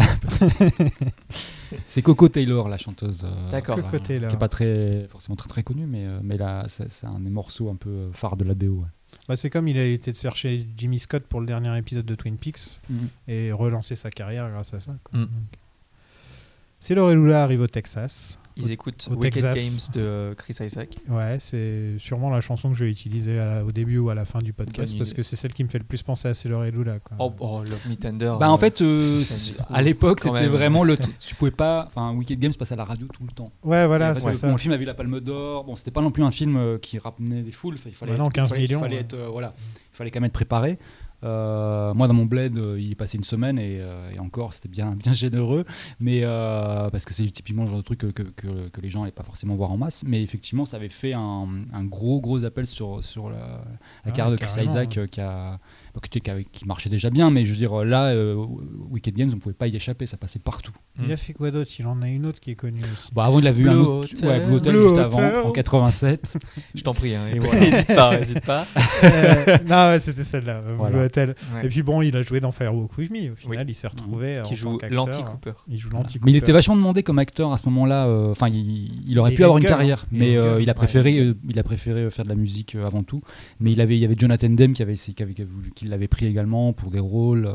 C'est Coco Taylor, la chanteuse. D'accord. Coco Taylor. Qui est pas forcément très connue, mais là c'est un des morceaux un peu phares de la BO. Ouais. Bah, c'est comme il a été de chercher Jimmy Scott pour le dernier épisode de Twin Peaks et relancer sa carrière grâce à ça. Quoi. Mm. Sailor et Lula arrivent au Texas. Ils écoutent au Wicked Texas. Games de Chris Isaac. Ouais, c'est sûrement la chanson que je vais utiliser au début ou à la fin du podcast Bonne parce idée. que c'est celle qui me fait le plus penser à Sailor et Lula. Quoi. Oh, Love Me Tender. Bah en fait, c'est à l'époque, quand c'était même. vraiment tu pouvais pas. Enfin, Wicked Games passait à la radio tout le temps. Ouais, voilà, Et en fait, c'est ça. Le film avait eu la Palme d'Or. Bon, c'était pas non plus un film qui ramenait des foules. Il fallait Bah non, 15 millions, Il fallait ouais. être, voilà, il fallait quand même être préparé. Moi, dans mon bled, il est passé une semaine et encore, c'était bien généreux. Mais parce que c'est typiquement le genre de truc que les gens n'allaient pas forcément voir en masse. Mais effectivement, ça avait fait un gros appel sur la carrière de Chris carrément, Isaac ouais. qui marchait déjà bien. Mais je veux dire, là, Wicked Games, on pouvait pas y échapper. Ça passait partout. Il a fait quoi d'autre? Il en a une autre qui est connue aussi. Bon, avant, il avait eu Blue un autre, Hotel. ouais, Blue Hotel Blue juste Hotel. avant, en 87. Je t'en prie. Hein, Et voilà. Hésite pas. Non, ouais, c'était celle-là, Voilà. Blue Hotel. Ouais. Et puis bon, il a joué dans Firewalk With Me. Au final, il s'est retrouvé. Qui en joue tant qu'acteur. l'anti-Cooper. Il joue l'anti-Cooper. Mais il était vachement demandé comme acteur à ce moment-là. Enfin, il aurait Et pu il a avoir une une gueule, carrière, hein. Il a mais une gueule. il a préféré faire de la musique avant tout. Mais il y avait Jonathan Demme qui l'avait pris également pour des rôles.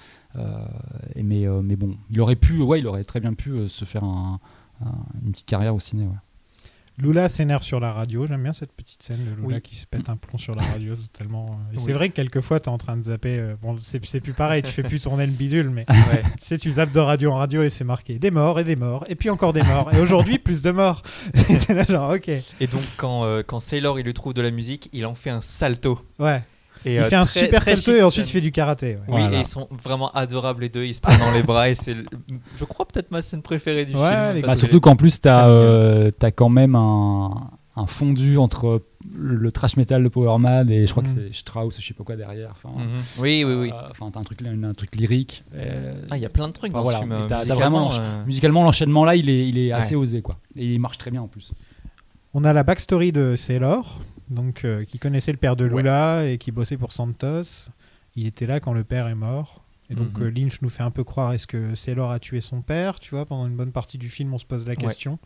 Mais bon, il aurait très bien pu se faire une petite carrière au ciné. Ouais. Lula s'énerve sur la radio. J'aime bien cette petite scène de Lula Oui. qui se pète un plomb sur la radio totalement. Et Oui. c'est vrai que quelquefois, tu es en train de zapper. Bon, c'est plus pareil, tu fais plus tourner le bidule, mais Ouais. tu sais, tu zappes de radio en radio et c'est marqué des morts, et puis encore des morts. Et aujourd'hui, plus de morts. Et c'est là, genre, ok. Et donc, quand Sailor il lui trouve de la musique, il en fait un salto. Ouais. Et, Il fait un très- super très salto chic et ensuite il scène. fait du karaté. Ouais. Oui, Voilà. et ils sont vraiment adorables les deux. Ils se prennent dans les bras et c'est, je crois, peut-être ma scène préférée du Ouais, film. les parce que Surtout qu'en plus, très mignonne. t'as quand même un fondu entre le thrash metal de Power Mad et je crois que c'est Strauss, je sais pas quoi derrière. Enfin, Mhm. Oui. Enfin, t'as un truc lyrique. Ah, il y a plein de trucs Enfin, dans voilà. ce film. Et t'as musicalement, vraiment musicalement, l'enchaînement là, il est assez Ouais. osé, quoi. Et il marche très bien en plus. On a la backstory de Sailor, donc, qui connaissait le père de Lula et qui bossait pour Santos. Il était là quand le père est mort. Et donc Lynch nous fait un peu croire est-ce que Sailor a tué son père, tu vois, pendant une bonne partie du film on se pose la question.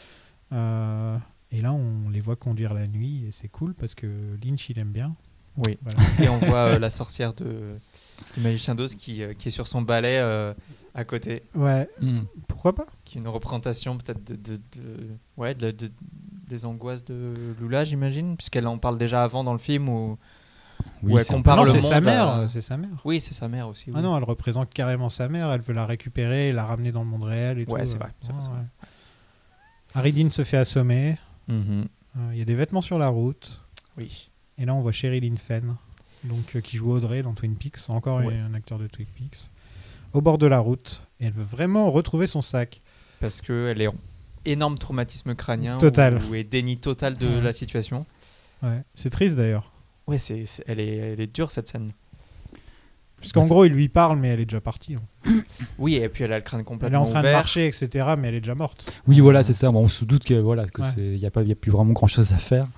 Et là on les voit conduire la nuit et c'est cool parce que Lynch il aime bien. Oui. Voilà. Et on voit la sorcière du Magicien d'Oz qui est sur son balai à côté, Ouais, pourquoi pas. qui est une représentation peut-être des angoisses de Lula, j'imagine, puisqu'elle en parle déjà avant dans le film où elle c'est un compare Non, le c'est monde sa mère, à- c'est sa mère. Oui, c'est sa mère aussi. Ah oui. non, elle représente carrément sa mère, elle veut la récupérer, la ramener dans le monde réel et tout. Ouais, c'est vrai, c'est vrai, c'est vrai. Harry Dean se fait assommer, Mhm. il y a des vêtements sur la route. Oui. Et là, on voit Sherilyn Fenn, donc, qui joue Audrey dans Twin Peaks, encore Ouais. un acteur de Twin Peaks, au bord de la route. Et elle veut vraiment retrouver son sac. Parce qu'elle est en énorme traumatisme crânien. Total. Ou déni total de la situation. Ouais. C'est triste d'ailleurs. Ouais, elle est dure cette scène. Puisqu'en gros, il lui parle, mais elle est déjà partie. Oui, et puis elle a le crâne Elle est complètement en train de ouvert. marcher, etc., mais elle est déjà morte. Oui, voilà, c'est ça. Bon, on se doute que Ouais. y a plus vraiment grand chose à faire.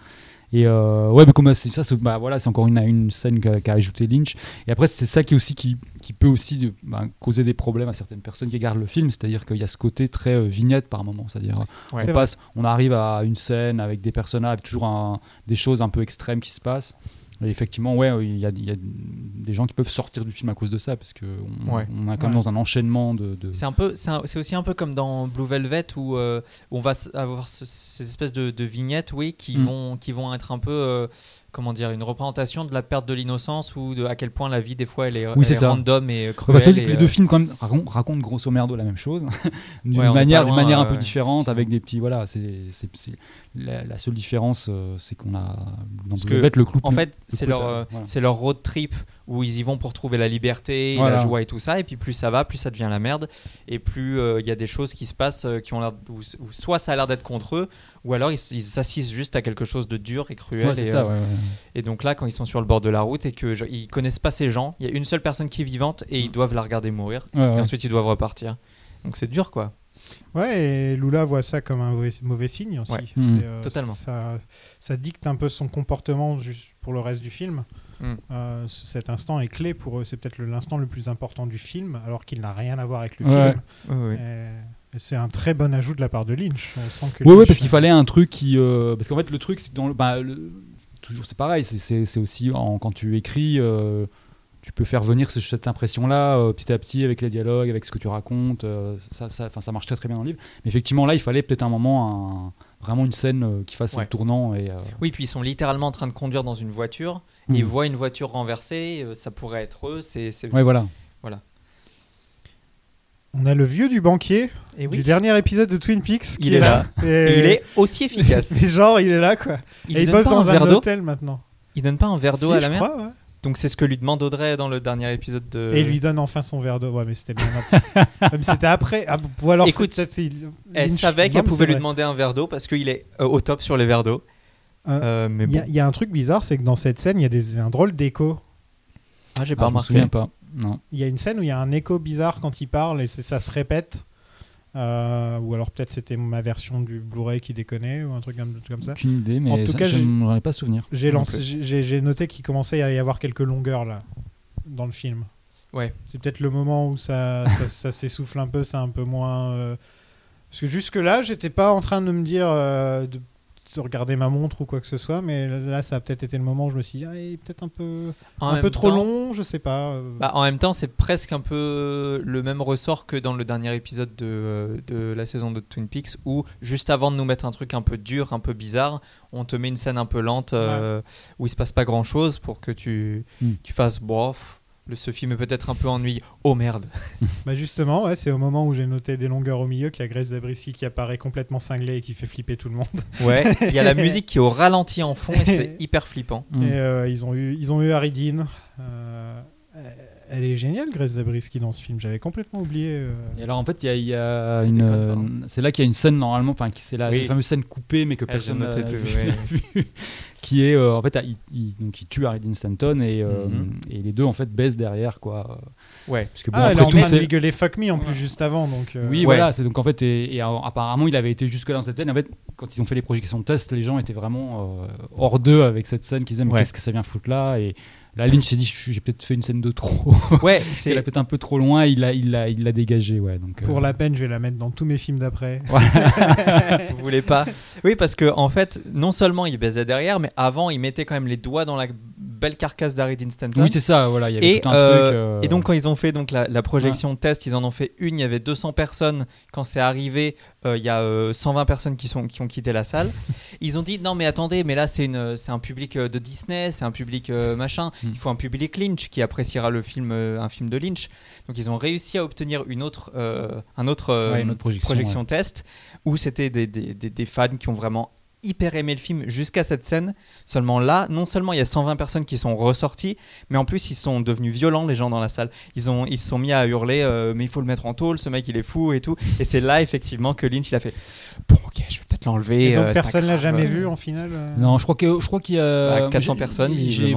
Et ouais, mais comme c'est ça, c'est encore une scène qu'a ajouté Lynch. Et après, c'est ça qui peut aussi causer des problèmes à certaines personnes qui regardent le film, c'est-à-dire qu'il y a ce côté très vignette par moment, c'est-à-dire on arrive à une scène avec des personnages, toujours des choses un peu extrêmes qui se passent. Et effectivement, il y a des gens qui peuvent sortir du film à cause de ça, parce que on est quand même dans un enchaînement de... C'est aussi un peu comme dans Blue Velvet où on va avoir ces espèces de vignettes, qui vont être un peu une représentation de la perte de l'innocence ou de à quel point la vie des fois elle est random et cruelle. Les deux films quand même racontent grosso merdo la même chose d'une manière un peu différente, avec des petits la seule différence c'est qu'on a dans Blue Velvet le clou. En fait, c'est leur road trip où ils y vont pour trouver la liberté, la joie et tout ça, et puis plus ça va, plus ça devient la merde, et plus il y a des choses qui se passent qui ont l'air où soit ça a l'air d'être contre eux, ou alors ils s'assisent juste à quelque chose de dur et cruel. Et donc là, quand ils sont sur le bord de la route et qu'ils connaissent pas ces gens, il y a une seule personne qui est vivante et ils doivent la regarder mourir, et ensuite ils doivent repartir. Donc c'est dur, quoi. Ouais, et Lula voit ça comme un mauvais signe aussi. Totalement. Ça dicte un peu son comportement juste pour le reste du film. Cet instant est clé pour eux. C'est peut-être l'instant le plus important du film, alors qu'il n'a rien à voir avec le film. Et c'est un très bon ajout de la part de Lynch. On sent que Lynch, parce qu'il fallait un truc qui... parce qu'en fait, le truc, c'est dans toujours c'est pareil. C'est aussi quand tu écris... tu peux faire venir cette impression-là petit à petit avec les dialogues, avec ce que tu racontes. Ça marche très très bien dans le livre. Mais effectivement, là, il fallait peut-être un moment, vraiment une scène qui fasse le tournant. Oui, puis ils sont littéralement en train de conduire dans une voiture. Ils voient une voiture renversée. Ça pourrait être eux. Voilà. On a le vieux du banquier du dernier épisode de Twin Peaks. Il est là. Et il est aussi efficace. C'est genre, il est là, quoi. Et il bosse dans un hôtel maintenant. Il donne pas un verre d'eau à la mer. Crois, ouais. Donc c'est ce que lui demande Audrey dans le dernier épisode de... Et il lui donne enfin son verre d'eau. Ouais, mais c'était bien en plus. Mais c'était après. Ou alors écoute, elle savait qu'elle pouvait lui demander un verre d'eau parce qu'il est au top sur les verres d'eau. Mais bon. Il y a un truc bizarre, c'est que dans cette scène, il y a un drôle d'écho. Ah, j'ai pas remarqué. Je me souviens pas. Non. Il y a une scène où il y a un écho bizarre quand il parle et ça se répète. Ou alors peut-être c'était ma version du Blu-ray qui déconnait ou un truc comme ça. Aucune idée, mais en tout cas, je n'en ai pas souvenir. J'ai noté qu'il commençait à y avoir quelques longueurs là dans le film. Ouais. C'est peut-être le moment où ça s'essouffle un peu, c'est un peu moins. Parce que jusque là, j'étais pas en train de me dire de regarder ma montre ou quoi que ce soit, mais là ça a peut-être été le moment où je me suis dit il est peut-être un peu trop long, je sais pas. En même temps, c'est presque un peu le même ressort que dans le dernier épisode de la saison de Twin Peaks, où juste avant de nous mettre un truc un peu dur, un peu bizarre, on te met une scène un peu lente où il se passe pas grand chose pour que tu fasses bof. Ce film est peut-être un peu ennuyeux. Oh merde. Justement, c'est au moment où j'ai noté des longueurs au milieu qu'il y a Grace Zabriskie qui apparaît complètement cinglée et qui fait flipper tout le monde. Ouais, il y a la musique qui est au ralenti en fond et c'est hyper flippant. Et ils ont eu Harry Dean. Elle est géniale, Grace Zabriskie, dans ce film. J'avais complètement oublié. Et alors, en fait, il y a c'est là qu'il y a une scène, normalement, c'est la fameuse scène coupée, mais que personne n'a vu. Qui est, en fait, il tue Harry Dean Stanton et les deux, en fait, baissent derrière, quoi. Ouais. Parce que, elle est en train de lui gueuler fuck me, en plus, juste avant. Donc, oui, voilà. C'est donc, en fait, apparemment, il avait été jusque-là dans cette scène. En fait, quand ils ont fait les projections de test, les gens étaient vraiment hors d'eux avec cette scène, qu'ils aiment, qu'est-ce que ça vient foutre là. Et là, Lynch s'est dit, j'ai peut-être fait une scène de trop. Ouais, elle a peut-être un peu trop loin. Il l'a dégagé, ouais. Donc, pour la peine, je vais la mettre dans tous mes films d'après. Vous voulez pas? Oui, parce que en fait, non seulement il baisait derrière, mais avant, il mettait quand même les doigts dans la belle carcasse d'Harry Dean Stanton. Oui, c'est ça. Voilà, il y avait tout un truc. Et donc, quand ils ont fait donc la projection test, ils en ont fait une. Il y avait 200 personnes. Quand c'est arrivé, il y a 120 personnes qui ont quitté la salle. Ils ont dit non, mais attendez, mais là c'est un public de Disney, c'est un public machin. Il faut un public Lynch qui appréciera un film de Lynch. Donc ils ont réussi à obtenir une autre projection test où c'était des fans qui ont vraiment hyper aimé le film jusqu'à cette scène. Seulement là, non seulement il y a 120 personnes qui sont ressorties, mais en plus ils sont devenus violents, les gens dans la salle. Ils se sont mis à hurler mais il faut le mettre en tôle, ce mec il est fou et tout. Et c'est là effectivement que Lynch il a fait bon ok, je vais peut-être te l'enlever. Et donc personne l'a jamais vu en finale. Non, je crois qu'il y a 400 personnes.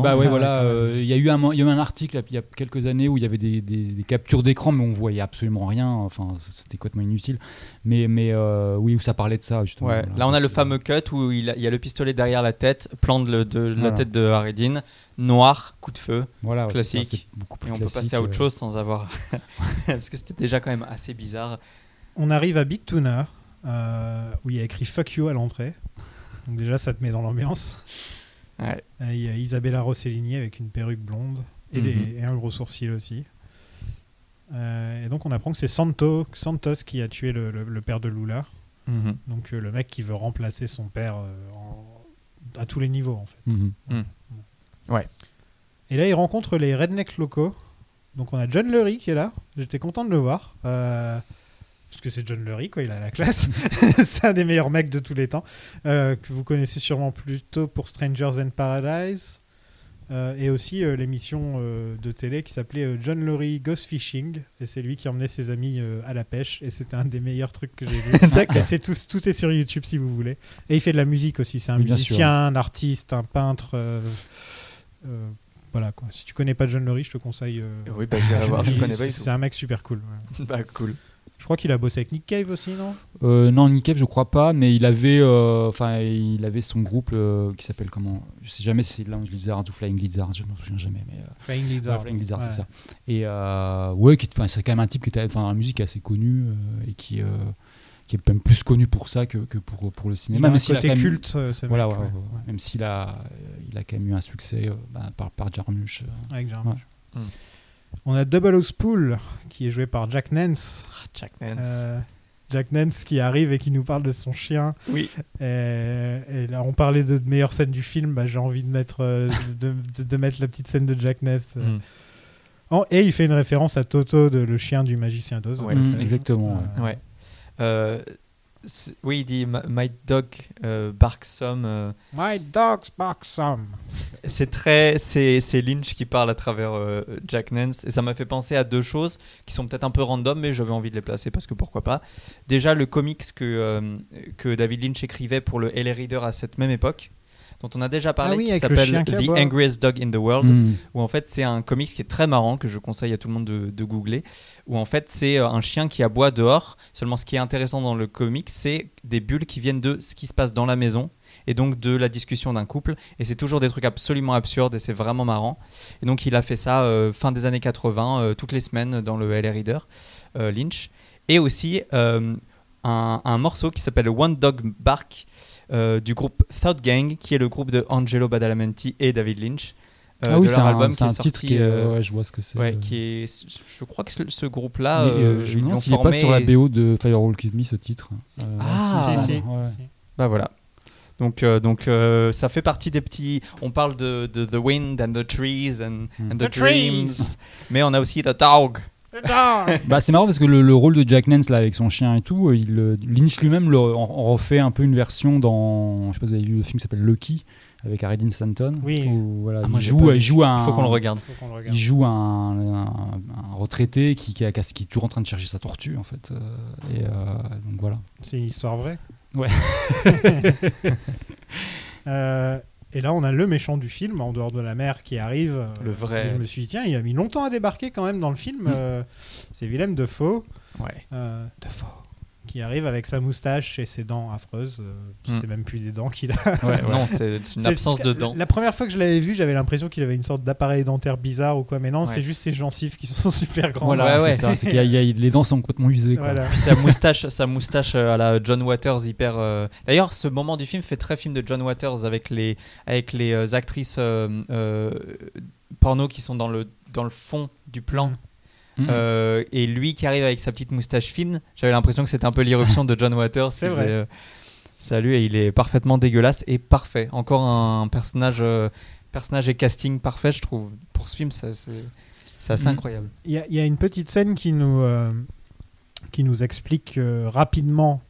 Il y a eu un article il y a quelques années où il y avait des captures d'écran, mais on voyait absolument rien. Enfin, c'était complètement inutile. Mais oui, où ça parlait de ça justement. Ouais. Là, on a le fameux cut où il y a le pistolet derrière la tête, plan de la tête de Harry Dean, noir, coup de feu, classique. C'est beaucoup plus et on peut passer à autre chose sans avoir, parce que c'était déjà quand même assez bizarre. On arrive à Big Tuna, où il y a écrit Fuck You à l'entrée. Donc déjà, ça te met dans l'ambiance. Ouais. Il y a Isabella Rossellini avec une perruque blonde et un gros sourcil aussi. Et donc on apprend que c'est Santos qui a tué le père de Lula. Donc le mec qui veut remplacer son père à tous les niveaux en fait. Ouais. Et là il rencontre les rednecks locaux. Donc on a John Lurie qui est là. J'étais content de le voir. Parce que c'est John Lurie, quoi, il a la classe. C'est un des meilleurs mecs de tous les temps. Que vous connaissez sûrement plutôt pour Strangers in Paradise. Et aussi l'émission de télé qui s'appelait John Lurie Goes Fishing. Et c'est lui qui emmenait ses amis à la pêche. Et c'était un des meilleurs trucs que j'ai vu. Et c'est tout est sur YouTube si vous voulez. Et il fait de la musique aussi. C'est un musicien, un artiste, un peintre. Voilà quoi. Si tu connais pas John Lurie, je te conseille. Oui, je vais voir. Je connais pas. C'est un mec super cool. Ouais. Cool. Je crois qu'il a bossé avec Nick Cave aussi, non ? Non, Nick Cave, je crois pas, mais il avait son groupe qui s'appelle comment ? Je sais jamais si c'est Lounge Lizard ou Flying Lizard, je m'en souviens jamais. Mais, Flying Lizard. Flying Lizard, c'est ça. Et c'est quand même un type qui était, la musique est assez connue et qui est même plus connu pour ça que pour le cinéma. Il a un côté culte, ce mec. Voilà, même s'il a quand même eu un succès par Jarmusch. Avec Jarmusch. Ouais. On a Double House Pool qui est joué par Jack Nance. Jack Nance qui arrive et qui nous parle de son chien. Oui. Et là, on parlait de meilleures scènes du film. J'ai envie de mettre de mettre la petite scène de Jack Nance. Et il fait une référence à Toto, le chien du magicien d'Oz. Ouais, exactement. Ouais. Oui, il dit My dog barks some. My dog barks some. C'est Lynch qui parle à travers Jack Nance et ça m'a fait penser à deux choses qui sont peut-être un peu random, mais j'avais envie de les placer parce que pourquoi pas. Déjà le comics que David Lynch écrivait pour le LA Reader à cette même époque, dont on a déjà parlé, qui s'appelle The Angriest Dog in the World, où en fait c'est un comics qui est très marrant, que je conseille à tout le monde de googler, où en fait c'est un chien qui aboie dehors. Seulement ce qui est intéressant dans le comics, c'est des bulles qui viennent de ce qui se passe dans la maison et donc de la discussion d'un couple, et c'est toujours des trucs absolument absurdes et c'est vraiment marrant. Et donc il a fait ça fin des années 80 toutes les semaines dans le LA Reader, Lynch. Et aussi un morceau qui s'appelle One Dog Bark du groupe Thought Gang, qui est le groupe de Angelo Badalamenti et David Lynch. C'est un titre qui est, je vois ce que c'est. Ouais, je crois que ce groupe-là, je me demande s'il n'est pas sur la BO de Firewall With Me, ce titre. Si. Bah voilà. Donc ça fait partie des petits. On parle de The Wind and the Trees and the Dreams, mais on a aussi The Dog. C'est marrant parce que le rôle de Jack Nance là avec son chien et tout, Lynch lui-même en refait un peu une version dans, je sais pas si vous avez vu le film qui s'appelle Lucky avec Harry Dean Stanton. Oui. Où, voilà, il joue un. Il faut qu'on le regarde. Il joue un retraité qui est toujours en train de chercher sa tortue en fait. Donc voilà. C'est une histoire vraie. Ouais. Et là, on a le méchant du film, en dehors de la mer, qui arrive. Le vrai. Et je me suis dit, tiens, il a mis longtemps à débarquer quand même dans le film. C'est Willem Dafoe. Ouais. Dafoe. Qui arrive avec sa moustache et ses dents affreuses. C'est même plus des dents qu'il a. Ouais. Non, c'est une absence de dents. La première fois que je l'avais vu, j'avais l'impression qu'il avait une sorte d'appareil dentaire bizarre ou quoi. Mais non, c'est juste ses gencives qui sont super grandes. Voilà, c'est ça. C'est qu'il les dents sont complètement usées. Quoi. Voilà. Puis sa moustache à la John Waters hyper. D'ailleurs, ce moment du film fait très film de John Waters avec les actrices porno qui sont dans le fond du plan. Et lui qui arrive avec sa petite moustache fine, j'avais l'impression que c'était un peu l'irruption de John Waters. C'est vrai. Salut, et il est parfaitement dégueulasse et parfait. Encore un personnage et casting parfait, je trouve. Pour ce film, c'est assez incroyable. Il y a une petite scène qui nous explique rapidement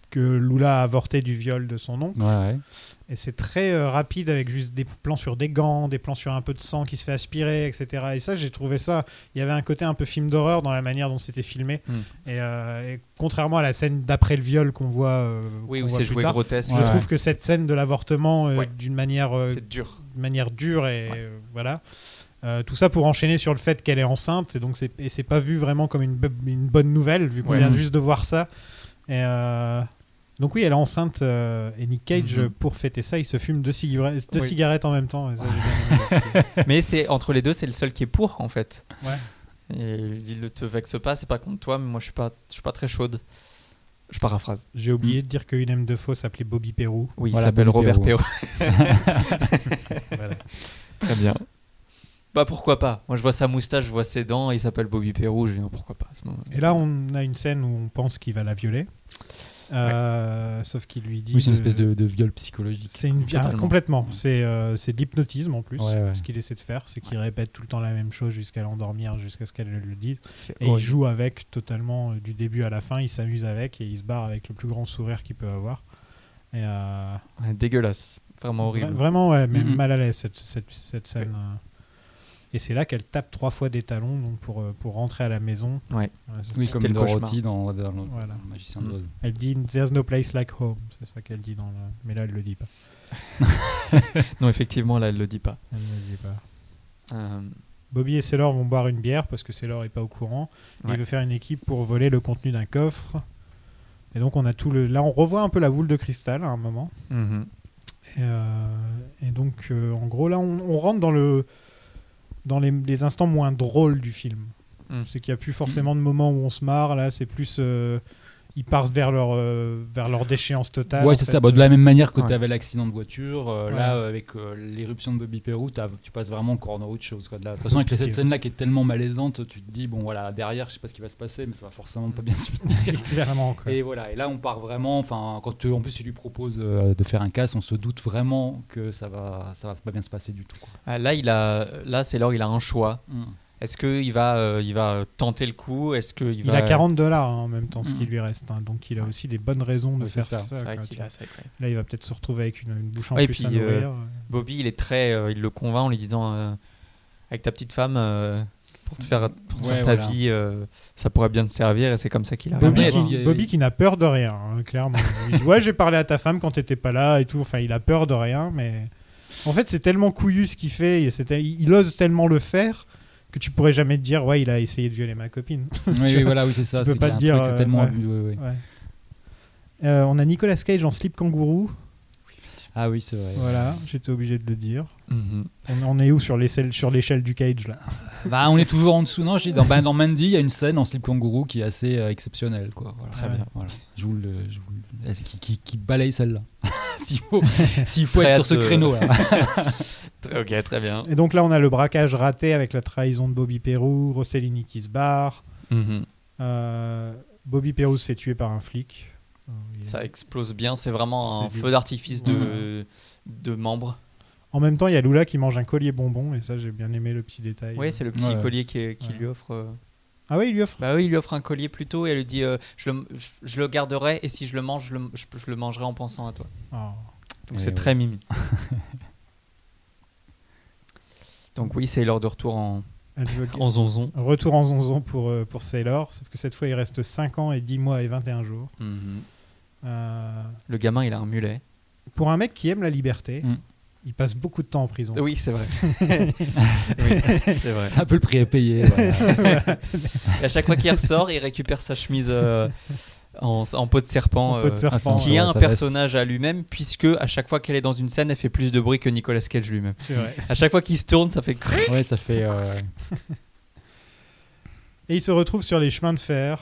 que Lula a avorté du viol de son oncle. Ouais. Et c'est très rapide avec juste des plans sur des gants, des plans sur un peu de sang qui se fait aspirer, etc. Et ça, j'ai trouvé ça. Il y avait un côté un peu film d'horreur dans la manière dont c'était filmé. Et contrairement à la scène d'après le viol qu'on voit, où c'est joué tard, grotesque. je trouve que cette scène de l'avortement, d'une manière, c'est dur. d'une manière dure et voilà. Tout ça pour enchaîner sur le fait qu'elle est enceinte, et donc c'est pas vu vraiment comme une bonne nouvelle vu qu'on vient juste de voir ça. Et donc oui, elle est enceinte et Nick Cage, pour fêter ça, il se fume deux cigarettes en même temps. Et ça, j'ai bien aimé. Mais c'est entre les deux, c'est le seul qui est pour en fait. Ouais. Et il ne te vexe pas, c'est pas contre toi, mais moi je suis pas très chaude. Je paraphrase. J'ai oublié de dire que Willem Dafoe s'appelait Bobby Perrou. Oui, Voilà, il s'appelle Bobby Robert Perrault. Voilà. Très bien. Bah pourquoi pas. Moi je vois sa moustache, je vois ses dents, il s'appelle Bobby Perrou, je dis pourquoi pas à ce moment. Et là, on a une scène où on pense qu'il va la violer. Sauf qu'il lui dit. Oui, c'est une espèce de viol psychologique. C'est complètement. C'est de l'hypnotisme en plus. Ce qu'il essaie de faire, c'est qu'il répète tout le temps la même chose jusqu'à l'endormir, jusqu'à ce qu'elle le dise. Et il joue avec totalement du début à la fin. Il s'amuse avec et il se barre avec le plus grand sourire qu'il peut avoir. Et dégueulasse. Vraiment horrible. Vraiment, mais mal à l'aise cette scène. Et c'est là qu'elle tape 3 fois des talons donc pour rentrer à la maison. Oui, comme Dorothy dans le Magicien d'Oz. Elle dit « There's no place like home ». C'est ça qu'elle dit mais là, elle le dit pas. Non, effectivement, là, elle le dit pas. Elle le dit pas. Bobby et Sailor vont boire une bière parce que Sailor est pas au courant. Il veut faire une équipe pour voler le contenu d'un coffre. Et donc, on a là, on revoit un peu la boule de cristal à un moment. Et donc, en gros, là, on rentre dans les instants moins drôles du film. C'est qu'il n'y a plus forcément de moments où on se marre. Là, c'est plus... ils partent vers leur déchéance totale. Ouais, c'est ça. De la même manière que tu avais l'accident de voiture, là, avec l'éruption de Bobby Perrou, tu passes vraiment encore dans autre chose. De toute façon, avec cette scène-là qui est tellement malaisante, tu te dis, bon, voilà, derrière, je sais pas ce qui va se passer, mais ça va forcément pas bien se finir. Clairement, quoi. Et voilà. Et là, on part vraiment... quand en plus, il lui propose de faire un casse, on se doute vraiment que ça va pas bien se passer du tout. Quoi. Là, c'est là où il a un choix. Est-ce qu'il va tenter le coup? Est-ce qu'il il a $40 en même temps, ce qui lui reste. Donc il a aussi des bonnes raisons de faire ça. C'est vrai là, il va peut-être se retrouver avec une bouche en plus à nourrir. Bobby, il est très, il le convainc en lui disant avec ta petite femme, pour te faire ta vie, ça pourrait bien te servir. Et c'est comme ça qu'il a. Bobby qui n'a peur de rien, clairement. Il dit j'ai parlé à ta femme quand t'étais pas là et tout. Enfin, il a peur de rien, mais en fait, c'est tellement couillu ce qu'il fait. Il ose tellement le faire que tu pourrais jamais te dire il a essayé de violer ma copine. Oui, c'est ça. Tu peux pas te dire c'est tellement on a Nicolas Cage en slip kangourou. Ah oui, c'est vrai. Voilà, j'étais obligé de le dire. On est où sur l'échelle du Cage là? On est toujours en dessous. Non, dans Mandy, il y a une scène en slip kangourou qui est assez exceptionnelle, quoi. Voilà. Très bien. Voilà. Qui balaye celle-là. S'il faut être sur ce créneau là. Ok, très bien. Et donc là, on a le braquage raté avec la trahison de Bobby Perrou, Rossellini qui se barre. Bobby Perrou se fait tuer par un flic. Ça explose bien, c'est vraiment un feu d'artifice de membres. En même temps, il y a Lula qui mange un collier bonbon, et ça, j'ai bien aimé le petit détail. Oui, c'est le petit collier qui lui offre. Ah oui, il lui offre. Bah oui, il lui offre un collier plutôt, et elle lui dit je le garderai, et si je le mange, je le mangerai en pensant à toi. Donc c'est très mimi. Donc oui, c'est l'heure de retour en zonzon. Retour en zonzon pour Sailor, sauf que cette fois, il reste 5 ans et 10 mois et 21 jours. Le gamin, il a un mulet. Pour un mec qui aime la liberté, il passe beaucoup de temps en prison. Oui, c'est vrai. C'est vrai. C'est un peu le prix à payer. Voilà. Et à chaque fois qu'il ressort, il récupère sa chemise en peau de serpent, qui est un personnage à lui-même, puisque à chaque fois qu'elle est dans une scène, elle fait plus de bruit que Nicolas Cage lui-même. C'est vrai. À chaque fois qu'il se tourne, ça fait... Ouais, ça fait... Et il se retrouve sur les chemins de fer.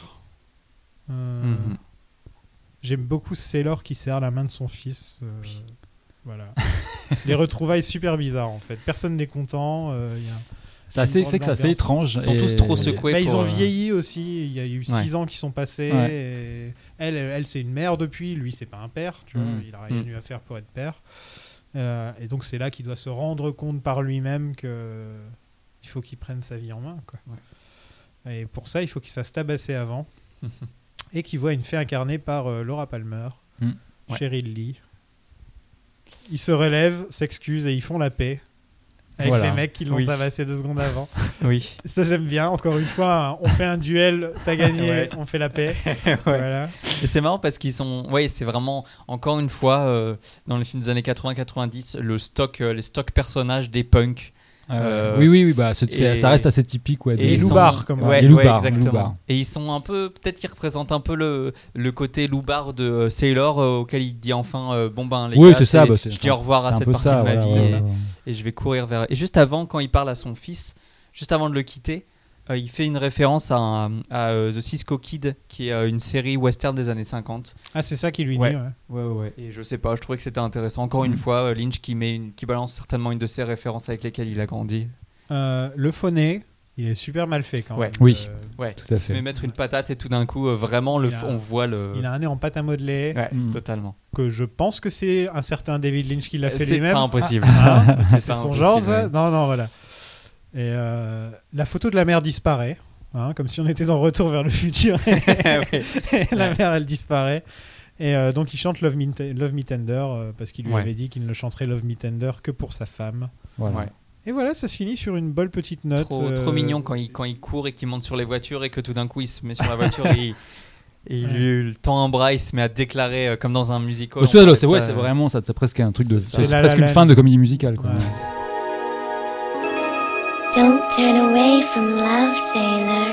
J'aime beaucoup Sailor qui serre la main de son fils. Voilà. Les retrouvailles super bizarres en fait. Personne n'est content. C'est assez étrange. Ils sont tous trop secoués. Ils ont vieilli aussi. Il y a eu 6 ans qui sont passés. Et elle c'est une mère depuis. Lui, c'est pas un père. Tu vois, il a rien eu à faire pour être père. Et donc c'est là qu'il doit se rendre compte par lui-même que il faut qu'il prenne sa vie en main, quoi. Et pour ça, il faut qu'il se fasse tabasser avant. et qui voit une fée incarnée par Laura Palmer, Cheryl Lee. Ils se relèvent, s'excusent et ils font la paix avec les mecs qui l'ont tabassé 2 secondes avant. Oui. Ça, j'aime bien. Encore une fois, on fait un duel, t'as gagné, on fait la paix. Voilà. Et c'est marrant parce qu'ils sont... Oui, c'est vraiment, encore une fois, dans les films des années 80-90, les stocks personnages des punks. Oui, bah, ça reste assez typique. Ouais, et loupards, comme ouais, les loupards, exactement. Loupards. Et ils sont un peu, peut-être qu'ils représentent un peu le côté loupard de Sailor auquel il dit enfin bon ben les gars, c'est ça, je dis au revoir à cette partie de ma vie et je vais courir vers. Et juste avant, quand il parle à son fils, juste avant de le quitter, il fait une référence à The Cisco Kid, qui est une série western des années 50. Ah, c'est ça qui lui dit. Ouais. Et je sais pas, je trouvais que c'était intéressant. Encore une fois, Lynch qui balance certainement une de ses références avec lesquelles il a grandi. Le phoné, il est super mal fait quand même. Oui, tout à fait. Mais mettre une patate et tout d'un coup, vraiment, on voit le. Il a un nez en pâte à modeler. Ouais, totalement. Que je pense que c'est un certain David Lynch qui l'a fait lui-même. C'est pas impossible. C'est son genre, ça. Non, voilà. Et la photo de la mère disparaît, comme si on était dans Retour vers le futur. Et la mère, elle disparaît. Et donc, il chante Love Me Tender parce qu'il lui avait dit qu'il ne chanterait Love Me Tender que pour sa femme. Voilà. Et voilà, ça se finit sur une belle petite note. Trop mignon quand il court et qu'il monte sur les voitures et que tout d'un coup, il se met sur la voiture et il lui tend un bras, il se met à déclarer comme dans un musical. C'est vraiment ça, c'est presque un truc de. C'est presque une fin de comédie musicale, quoi. Don't turn away from love, sailor.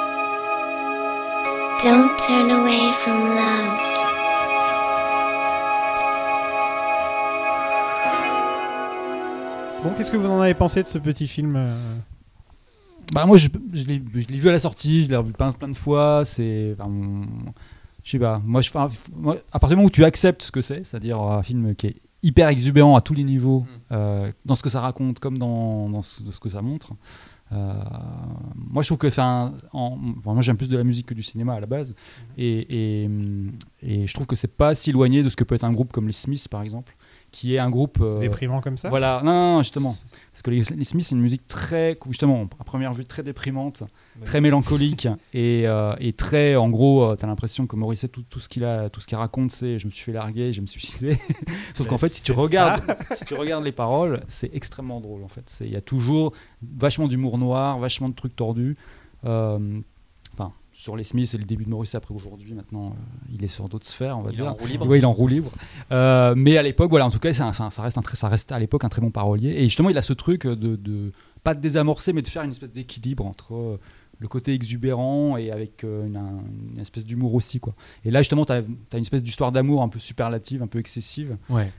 Don't turn away from love. Bon, qu'est-ce que vous en avez pensé de ce petit film Bah moi, je l'ai vu à la sortie, je l'ai revu plein de fois. Je sais pas. Moi, à partir du moment où tu acceptes ce que c'est-à-dire un film qui est hyper exubérant à tous les niveaux, dans ce que ça raconte comme dans ce que ça montre. Moi, je trouve que moi, j'aime plus de la musique que du cinéma à la base, et je trouve que c'est pas si éloigné de ce que peut être un groupe comme les Smiths, par exemple, qui est un groupe déprimant comme ça. Voilà, non, justement, parce que les Smiths, c'est une musique très, justement, à première vue, très déprimante, très mélancolique et très, en gros, t'as l'impression que Morrissey, tout ce qu'il raconte, c'est je me suis fait larguer, je me suis suicidé. Sauf qu'en fait, si tu regardes les paroles, c'est extrêmement drôle. En fait, il y a toujours vachement d'humour noir, vachement de trucs tordus. Sur les Smiths, c'est le début de Morrissey. Après, aujourd'hui, maintenant, il est sur d'autres sphères, on va dire. Il est en roue libre. Mais à l'époque, voilà, en tout cas, ça reste à l'époque un très bon parolier. Et justement, il a ce truc de pas de désamorcer, mais de faire une espèce d'équilibre entre le côté exubérant et avec une espèce d'humour aussi, quoi. Et là, justement, tu as une espèce d'histoire d'amour un peu superlative, un peu excessive,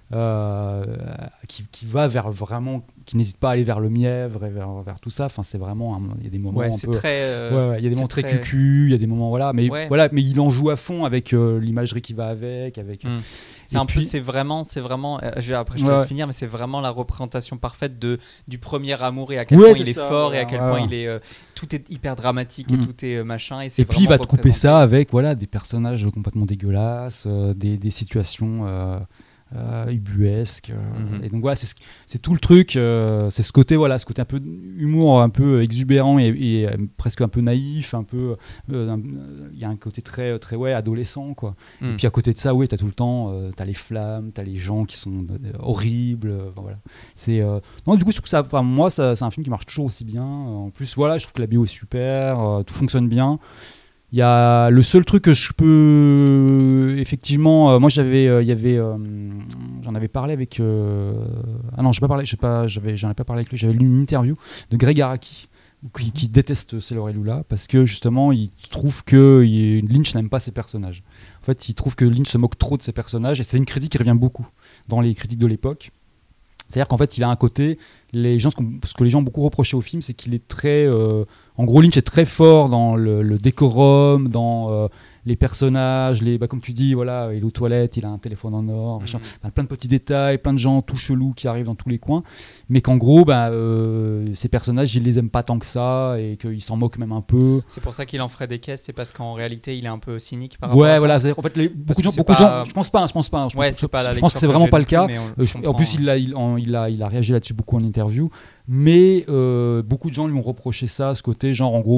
qui va vers vraiment, qui n'hésite pas à aller vers le mièvre et vers tout ça. Enfin, c'est vraiment, il y a des moments un peu, il y a des moments très cucu, il y a des moments mais il en joue à fond avec l'imagerie qui va avec. C'est vraiment. Après, je te laisse finir, mais c'est vraiment la représentation parfaite du premier amour et à quel point il est fort et à quel point il est. Tout est hyper dramatique et tout est machin. Et puis il va te couper ça avec des personnages complètement dégueulasses, des situations ubuesques. Et donc voilà, c'est tout le truc. C'est ce côté un peu humour, un peu exubérant et presque un peu naïf, un peu. Il y a un côté très très adolescent, quoi. Et puis à côté de ça, t'as tout le temps, t'as les flammes, t'as les gens qui sont horribles. Voilà. Non, du coup, je trouve que ça, moi, c'est un film qui marche toujours aussi bien. En plus, voilà, je trouve que la bio est super, tout fonctionne bien. Il y a le seul truc que je peux effectivement, moi j'en avais parlé avec j'en ai pas parlé avec lui, j'avais lu une interview de Greg Araki qui déteste Sailor et Lula parce que justement il trouve que Lynch n'aime pas ses personnages. En fait, il trouve que Lynch se moque trop de ses personnages et c'est une critique qui revient beaucoup dans les critiques de l'époque. C'est-à-dire qu'en fait, il a un côté, ce que les gens ont beaucoup reproché au film, c'est qu'il est très... en gros, Lynch est très fort dans le décorum, dans les personnages, comme tu dis, voilà, il est aux toilettes, il a un téléphone en or, plein de petits détails, plein de gens tout chelous qui arrivent dans tous les coins, mais qu'en gros, ces personnages, il les aime pas tant que ça et qu'il s'en moque même un peu. C'est pour ça qu'il en ferait des caisses, c'est parce qu'en réalité, il est un peu cynique par rapport à ça. Voilà, en fait, beaucoup de gens, je pense pas. Je pense que c'est vraiment pas le cas. En plus, il a réagi là-dessus beaucoup en interview, mais beaucoup de gens lui ont reproché ça, ce côté genre, en gros, oui.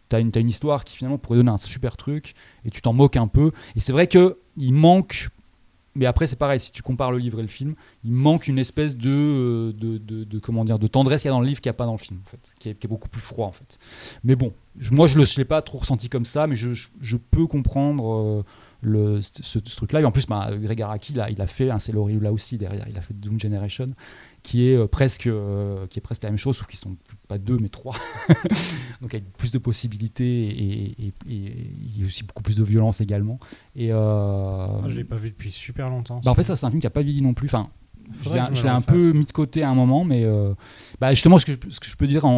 t'as une histoire qui finalement pourrait donner un super truc et tu t'en moques un peu. Et c'est vrai qu'il manque, mais après c'est pareil, si tu compares le livre et le film, il manque une espèce de comment dire, de tendresse qu'il y a dans le livre qu'il n'y a pas dans le film, en fait, qui est beaucoup plus froid en fait. Mais bon, moi je l'ai pas trop ressenti comme ça, mais je peux comprendre ce truc-là. Et en plus, Greg Araki, il a fait un Céleri là aussi derrière, il a fait Doom Generation, qui est presque la même chose, sauf qu'ils sont pas 2 mais 3. Donc avec plus de possibilités et il y a aussi beaucoup plus de violence également. Et je l'ai pas vu depuis super longtemps. En fait, ça c'est un film qui a pas vieilli non plus. Enfin, je l'ai un peu mis de côté à un moment, mais justement ce que je peux dire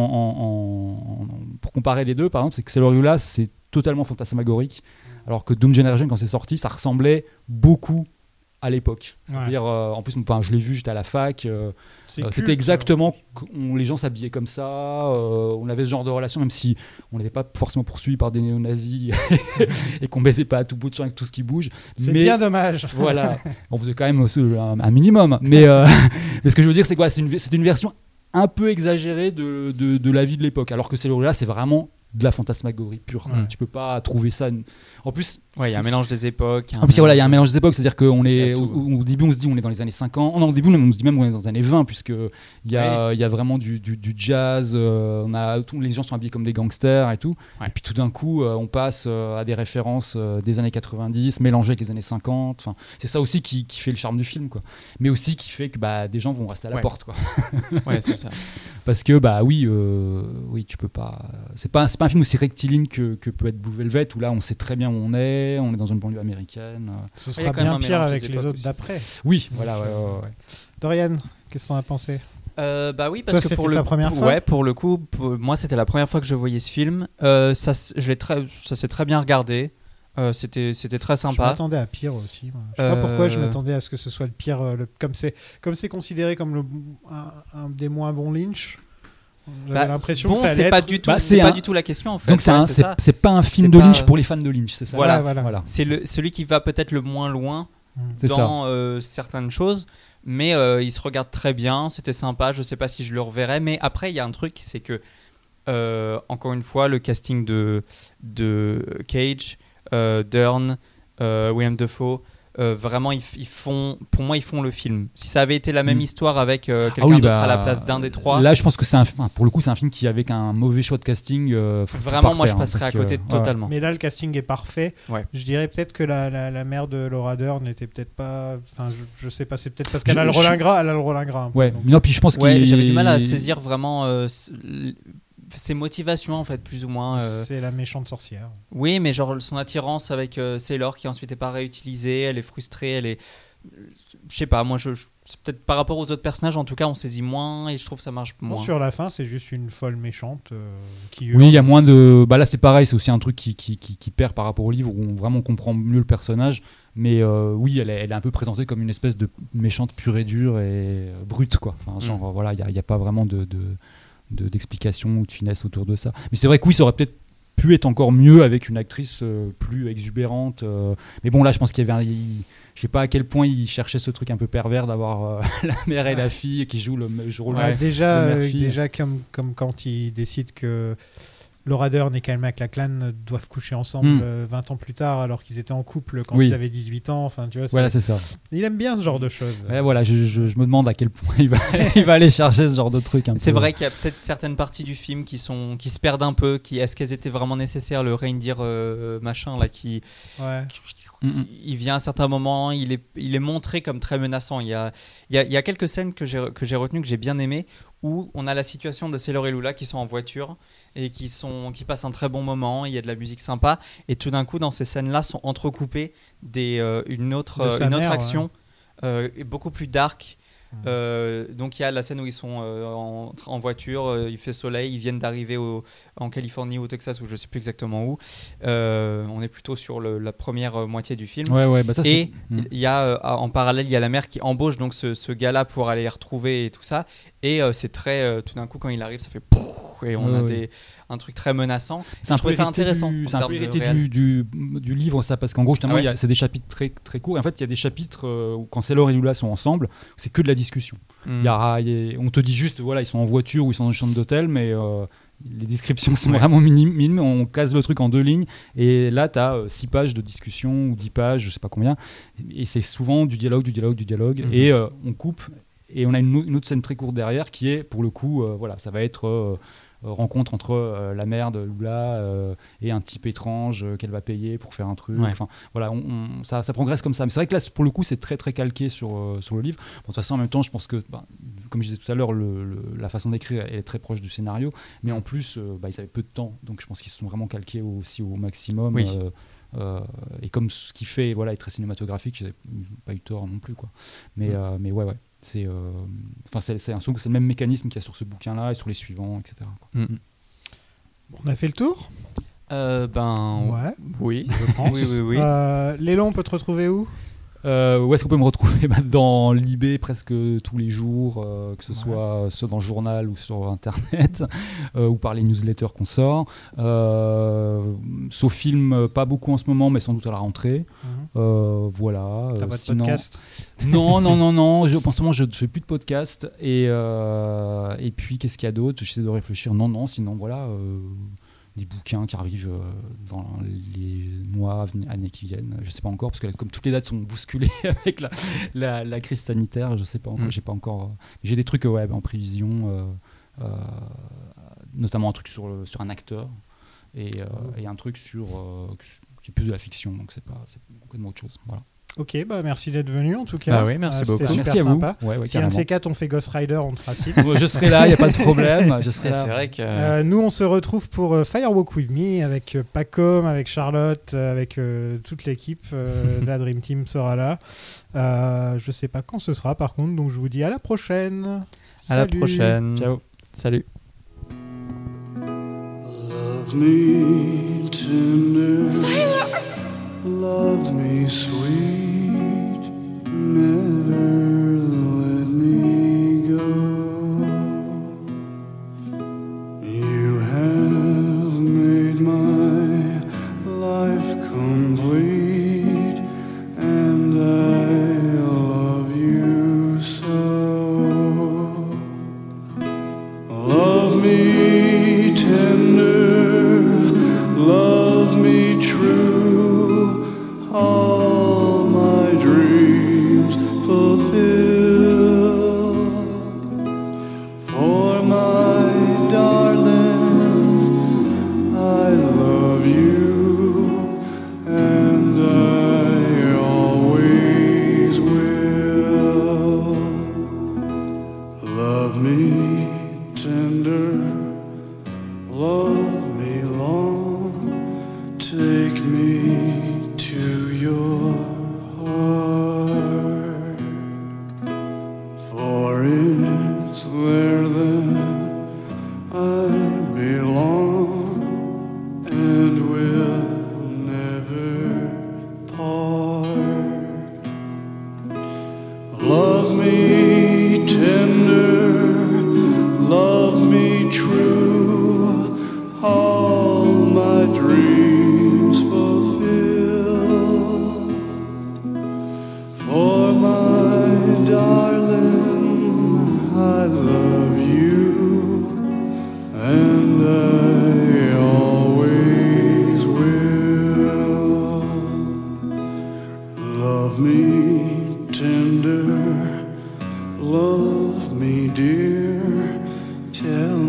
pour comparer les deux, par exemple, c'est que Céleri là c'est totalement fantasmagorique, alors que Doom Generation, quand c'est sorti, ça ressemblait beaucoup à l'époque. C'est-à-dire, en plus, je l'ai vu, j'étais à la fac. C'était exactement, les gens s'habillaient comme ça. On avait ce genre de relation, même si on n'était pas forcément poursuivis par des néo-nazis et qu'on baisait pas à tout bout de champ avec tout ce qui bouge. C'est bien dommage. Voilà, on faisait quand même un minimum. Mais ce que je veux dire, c'est quoi ? C'est une version un peu exagérée de la vie de l'époque, alors que Céleri-là, c'est vraiment de la fantasmagorie pure. Tu peux pas trouver ça. En plus, il y a un mélange des époques. En plus, il y a un mélange des époques, c'est-à-dire qu'on est au début, on se dit on est dans les années 50. Non, au début, on se dit même on est dans les années 20, puisque il y a vraiment du jazz. Les gens sont habillés comme des gangsters et tout. Ouais. Et puis tout d'un coup, on passe à des références des années 90, mélangées avec les années 50. Enfin, c'est ça aussi qui fait le charme du film, quoi. Mais aussi qui fait que des gens vont rester à la porte, quoi. Ouais, c'est ça. Parce que oui, tu peux pas. C'est pas un film aussi rectiligne que peut être Blue Velvet, où là, on sait très bien où on est dans une banlieue américaine. Ce sera bien pire avec les autres d'après. Oui, voilà. Ouais. Dorian, qu'est-ce que t'en as pensé ? Oui, parce toi, que ta première fois. Ouais, pour le coup, moi c'était la première fois que je voyais ce film. Ça s'est très bien regardé. C'était très sympa. Je m'attendais à pire aussi. Moi. Je sais pas pourquoi je m'attendais à ce que ce soit le pire. Comme c'est considéré comme un des moins bons Lynch. J'avais l'impression que ça allait pas être... du tout. C'est pas du tout la question en fait. Donc c'est pas un film de Lynch pour les fans de Lynch, c'est ça. Voilà. C'est celui qui va peut-être le moins loin dans certaines choses, mais il se regarde très bien. C'était sympa. Je sais pas si je le reverrai, mais après il y a un truc, c'est que encore une fois le casting de Cage, Dern, William Dafoe. Vraiment pour moi ils font le film. Si ça avait été la même histoire avec quelqu'un d'autre à la place d'un des trois, là je pense que pour le coup c'est un film qui, avec un mauvais choix de casting, vraiment moi je passerais à côté totalement. Mais là le casting est parfait. Je dirais peut-être que la mère de Laura Dern n'était peut-être pas, je sais pas, c'est peut-être parce qu'elle a le Rolingras. Non, puis je pense j'avais du mal à saisir vraiment ses motivations en fait, plus ou moins. C'est la méchante sorcière. Oui, mais genre son attirance avec Sailor qui ensuite n'est pas réutilisée, elle est frustrée, elle est... Je sais pas, moi c'est peut-être par rapport aux autres personnages, en tout cas on saisit moins et je trouve que ça marche moins. Sur la fin c'est juste une folle méchante qui hurle. Oui, il y a moins de... là c'est pareil, c'est aussi un truc qui perd par rapport au livre, où on vraiment comprend mieux le personnage. Mais oui, elle est un peu présentée comme une espèce de méchante pure et dure et brute, quoi. Voilà, il n'y a pas vraiment d'explication ou de finesse autour de ça. Mais c'est vrai que oui, ça aurait peut-être pu être encore mieux avec une actrice plus exubérante. Mais bon, là, je pense qu'il y avait je sais pas à quel point il cherchait ce truc un peu pervers d'avoir la mère et la fille qui jouent le rôle de déjà comme quand il décide que Laura Dern et Kyle MacLachlan doivent coucher ensemble 20 ans plus tard, alors qu'ils étaient en couple quand ils avaient 18 ans. Enfin, tu vois, voilà, c'est ça. Il aime bien ce genre de choses. Ouais, voilà, je me demande à quel point il va aller chercher ce genre de truc. C'est vrai qu'il y a peut-être certaines parties du film qui se perdent un peu. Est-ce qu'elles étaient vraiment nécessaires ? Le reindeer machin là il vient à un certain moment, il est montré comme très menaçant. Il y a quelques scènes que j'ai retenues, que j'ai bien aimées, où on a la situation de Sailor et Lula qui sont en voiture et qui passent un très bon moment. Il y a de la musique sympa et tout d'un coup dans ces scènes-là sont entrecoupées une autre action beaucoup plus dark. Donc il y a la scène où ils sont en voiture, il fait soleil, ils viennent d'arriver en Californie ou au Texas, ou je sais plus exactement où. On est plutôt sur la première moitié du film. Et il y a en parallèle il y a la mère qui embauche donc ce gars-là pour aller les retrouver et tout ça. Et c'est très tout d'un coup quand il arrive ça fait pouf, et on a un truc très menaçant. Je trouvais ça intéressant. C'est un peu hérité du livre, ça, parce qu'en gros justement c'est des chapitres très très courts. Et en fait il y a des chapitres où quand Sailor et Lula sont ensemble, c'est que de la discussion. On te dit juste voilà, ils sont en voiture ou ils sont dans une chambre d'hôtel, mais les descriptions sont vraiment minimes, on case le truc en 2 lignes, et là, tu as 6 pages de discussion, ou 10 pages, je sais pas combien, et c'est souvent du dialogue, et on coupe, et on a une autre scène très courte derrière, qui est, pour le coup, voilà, ça va être... rencontre entre la mère de Lula et un type étrange qu'elle va payer pour faire un truc. Enfin, voilà, ça progresse comme ça. Mais c'est vrai que là, pour le coup, c'est très très calqué sur le livre. Bon, de toute façon, en même temps, je pense que, comme je disais tout à l'heure, la façon d'écrire elle est très proche du scénario. Mais en plus, ils avaient peu de temps, donc je pense qu'ils se sont vraiment calqués aussi au maximum. Oui. Et comme ce qu'il fait, voilà, est très cinématographique, ils n'ont pas eu tort non plus, quoi. Mais ouais. C'est le même mécanisme qu'il y a sur ce bouquin-là et sur les suivants, etc. quoi. On a fait le tour. Ouais. Oui. Je pense. Oui. Lélo, on peut te retrouver où ? Où est-ce qu'on peut me retrouver ? Dans l'IB presque tous les jours, que ce soit dans le journal ou sur Internet, ou par les newsletters qu'on sort. Sauf film, pas beaucoup en ce moment, mais sans doute à la rentrée. Voilà. T'as pas de podcast ? Non. En ce moment, je ne fais plus de podcast. Et puis, qu'est-ce qu'il y a d'autre ? J'essaie de réfléchir. Non, sinon, voilà... des bouquins qui arrivent dans les mois, années qui viennent. Je ne sais pas encore, parce que comme toutes les dates sont bousculées avec la crise sanitaire, je ne sais pas encore. J'ai pas encore. J'ai des trucs en prévision, notamment un truc sur un acteur et un truc qui est plus de la fiction, donc c'est complètement autre chose. Voilà. Ok, merci d'être venu en tout cas. Oui, merci beaucoup. C'était super Merci à vous. sympa. Si un de ces 4 on fait Ghost Rider, on te fera signe. Je serai là, il n'y a pas de problème. Je serai là. C'est vrai que... Nous, on se retrouve pour Firewalk With Me avec Pacom, avec Charlotte, avec toute l'équipe. La Dream Team sera là. Je sais pas quand ce sera par contre, donc je vous dis à la prochaine. À la prochaine. Ciao. Salut. Love me tender, love me sweet, never let me go. You have made my life complete, and I love you so. Love me tender, love me true, all my dreams fulfill. For my darling, I love you, and I always will. Love me tender, love me long, take me to your heart, for it's there that I belong and will never part. Love me tender, love me true, all my dreams fulfill. For my darling, I love you, and I always will. Love me tender, love me dear, tell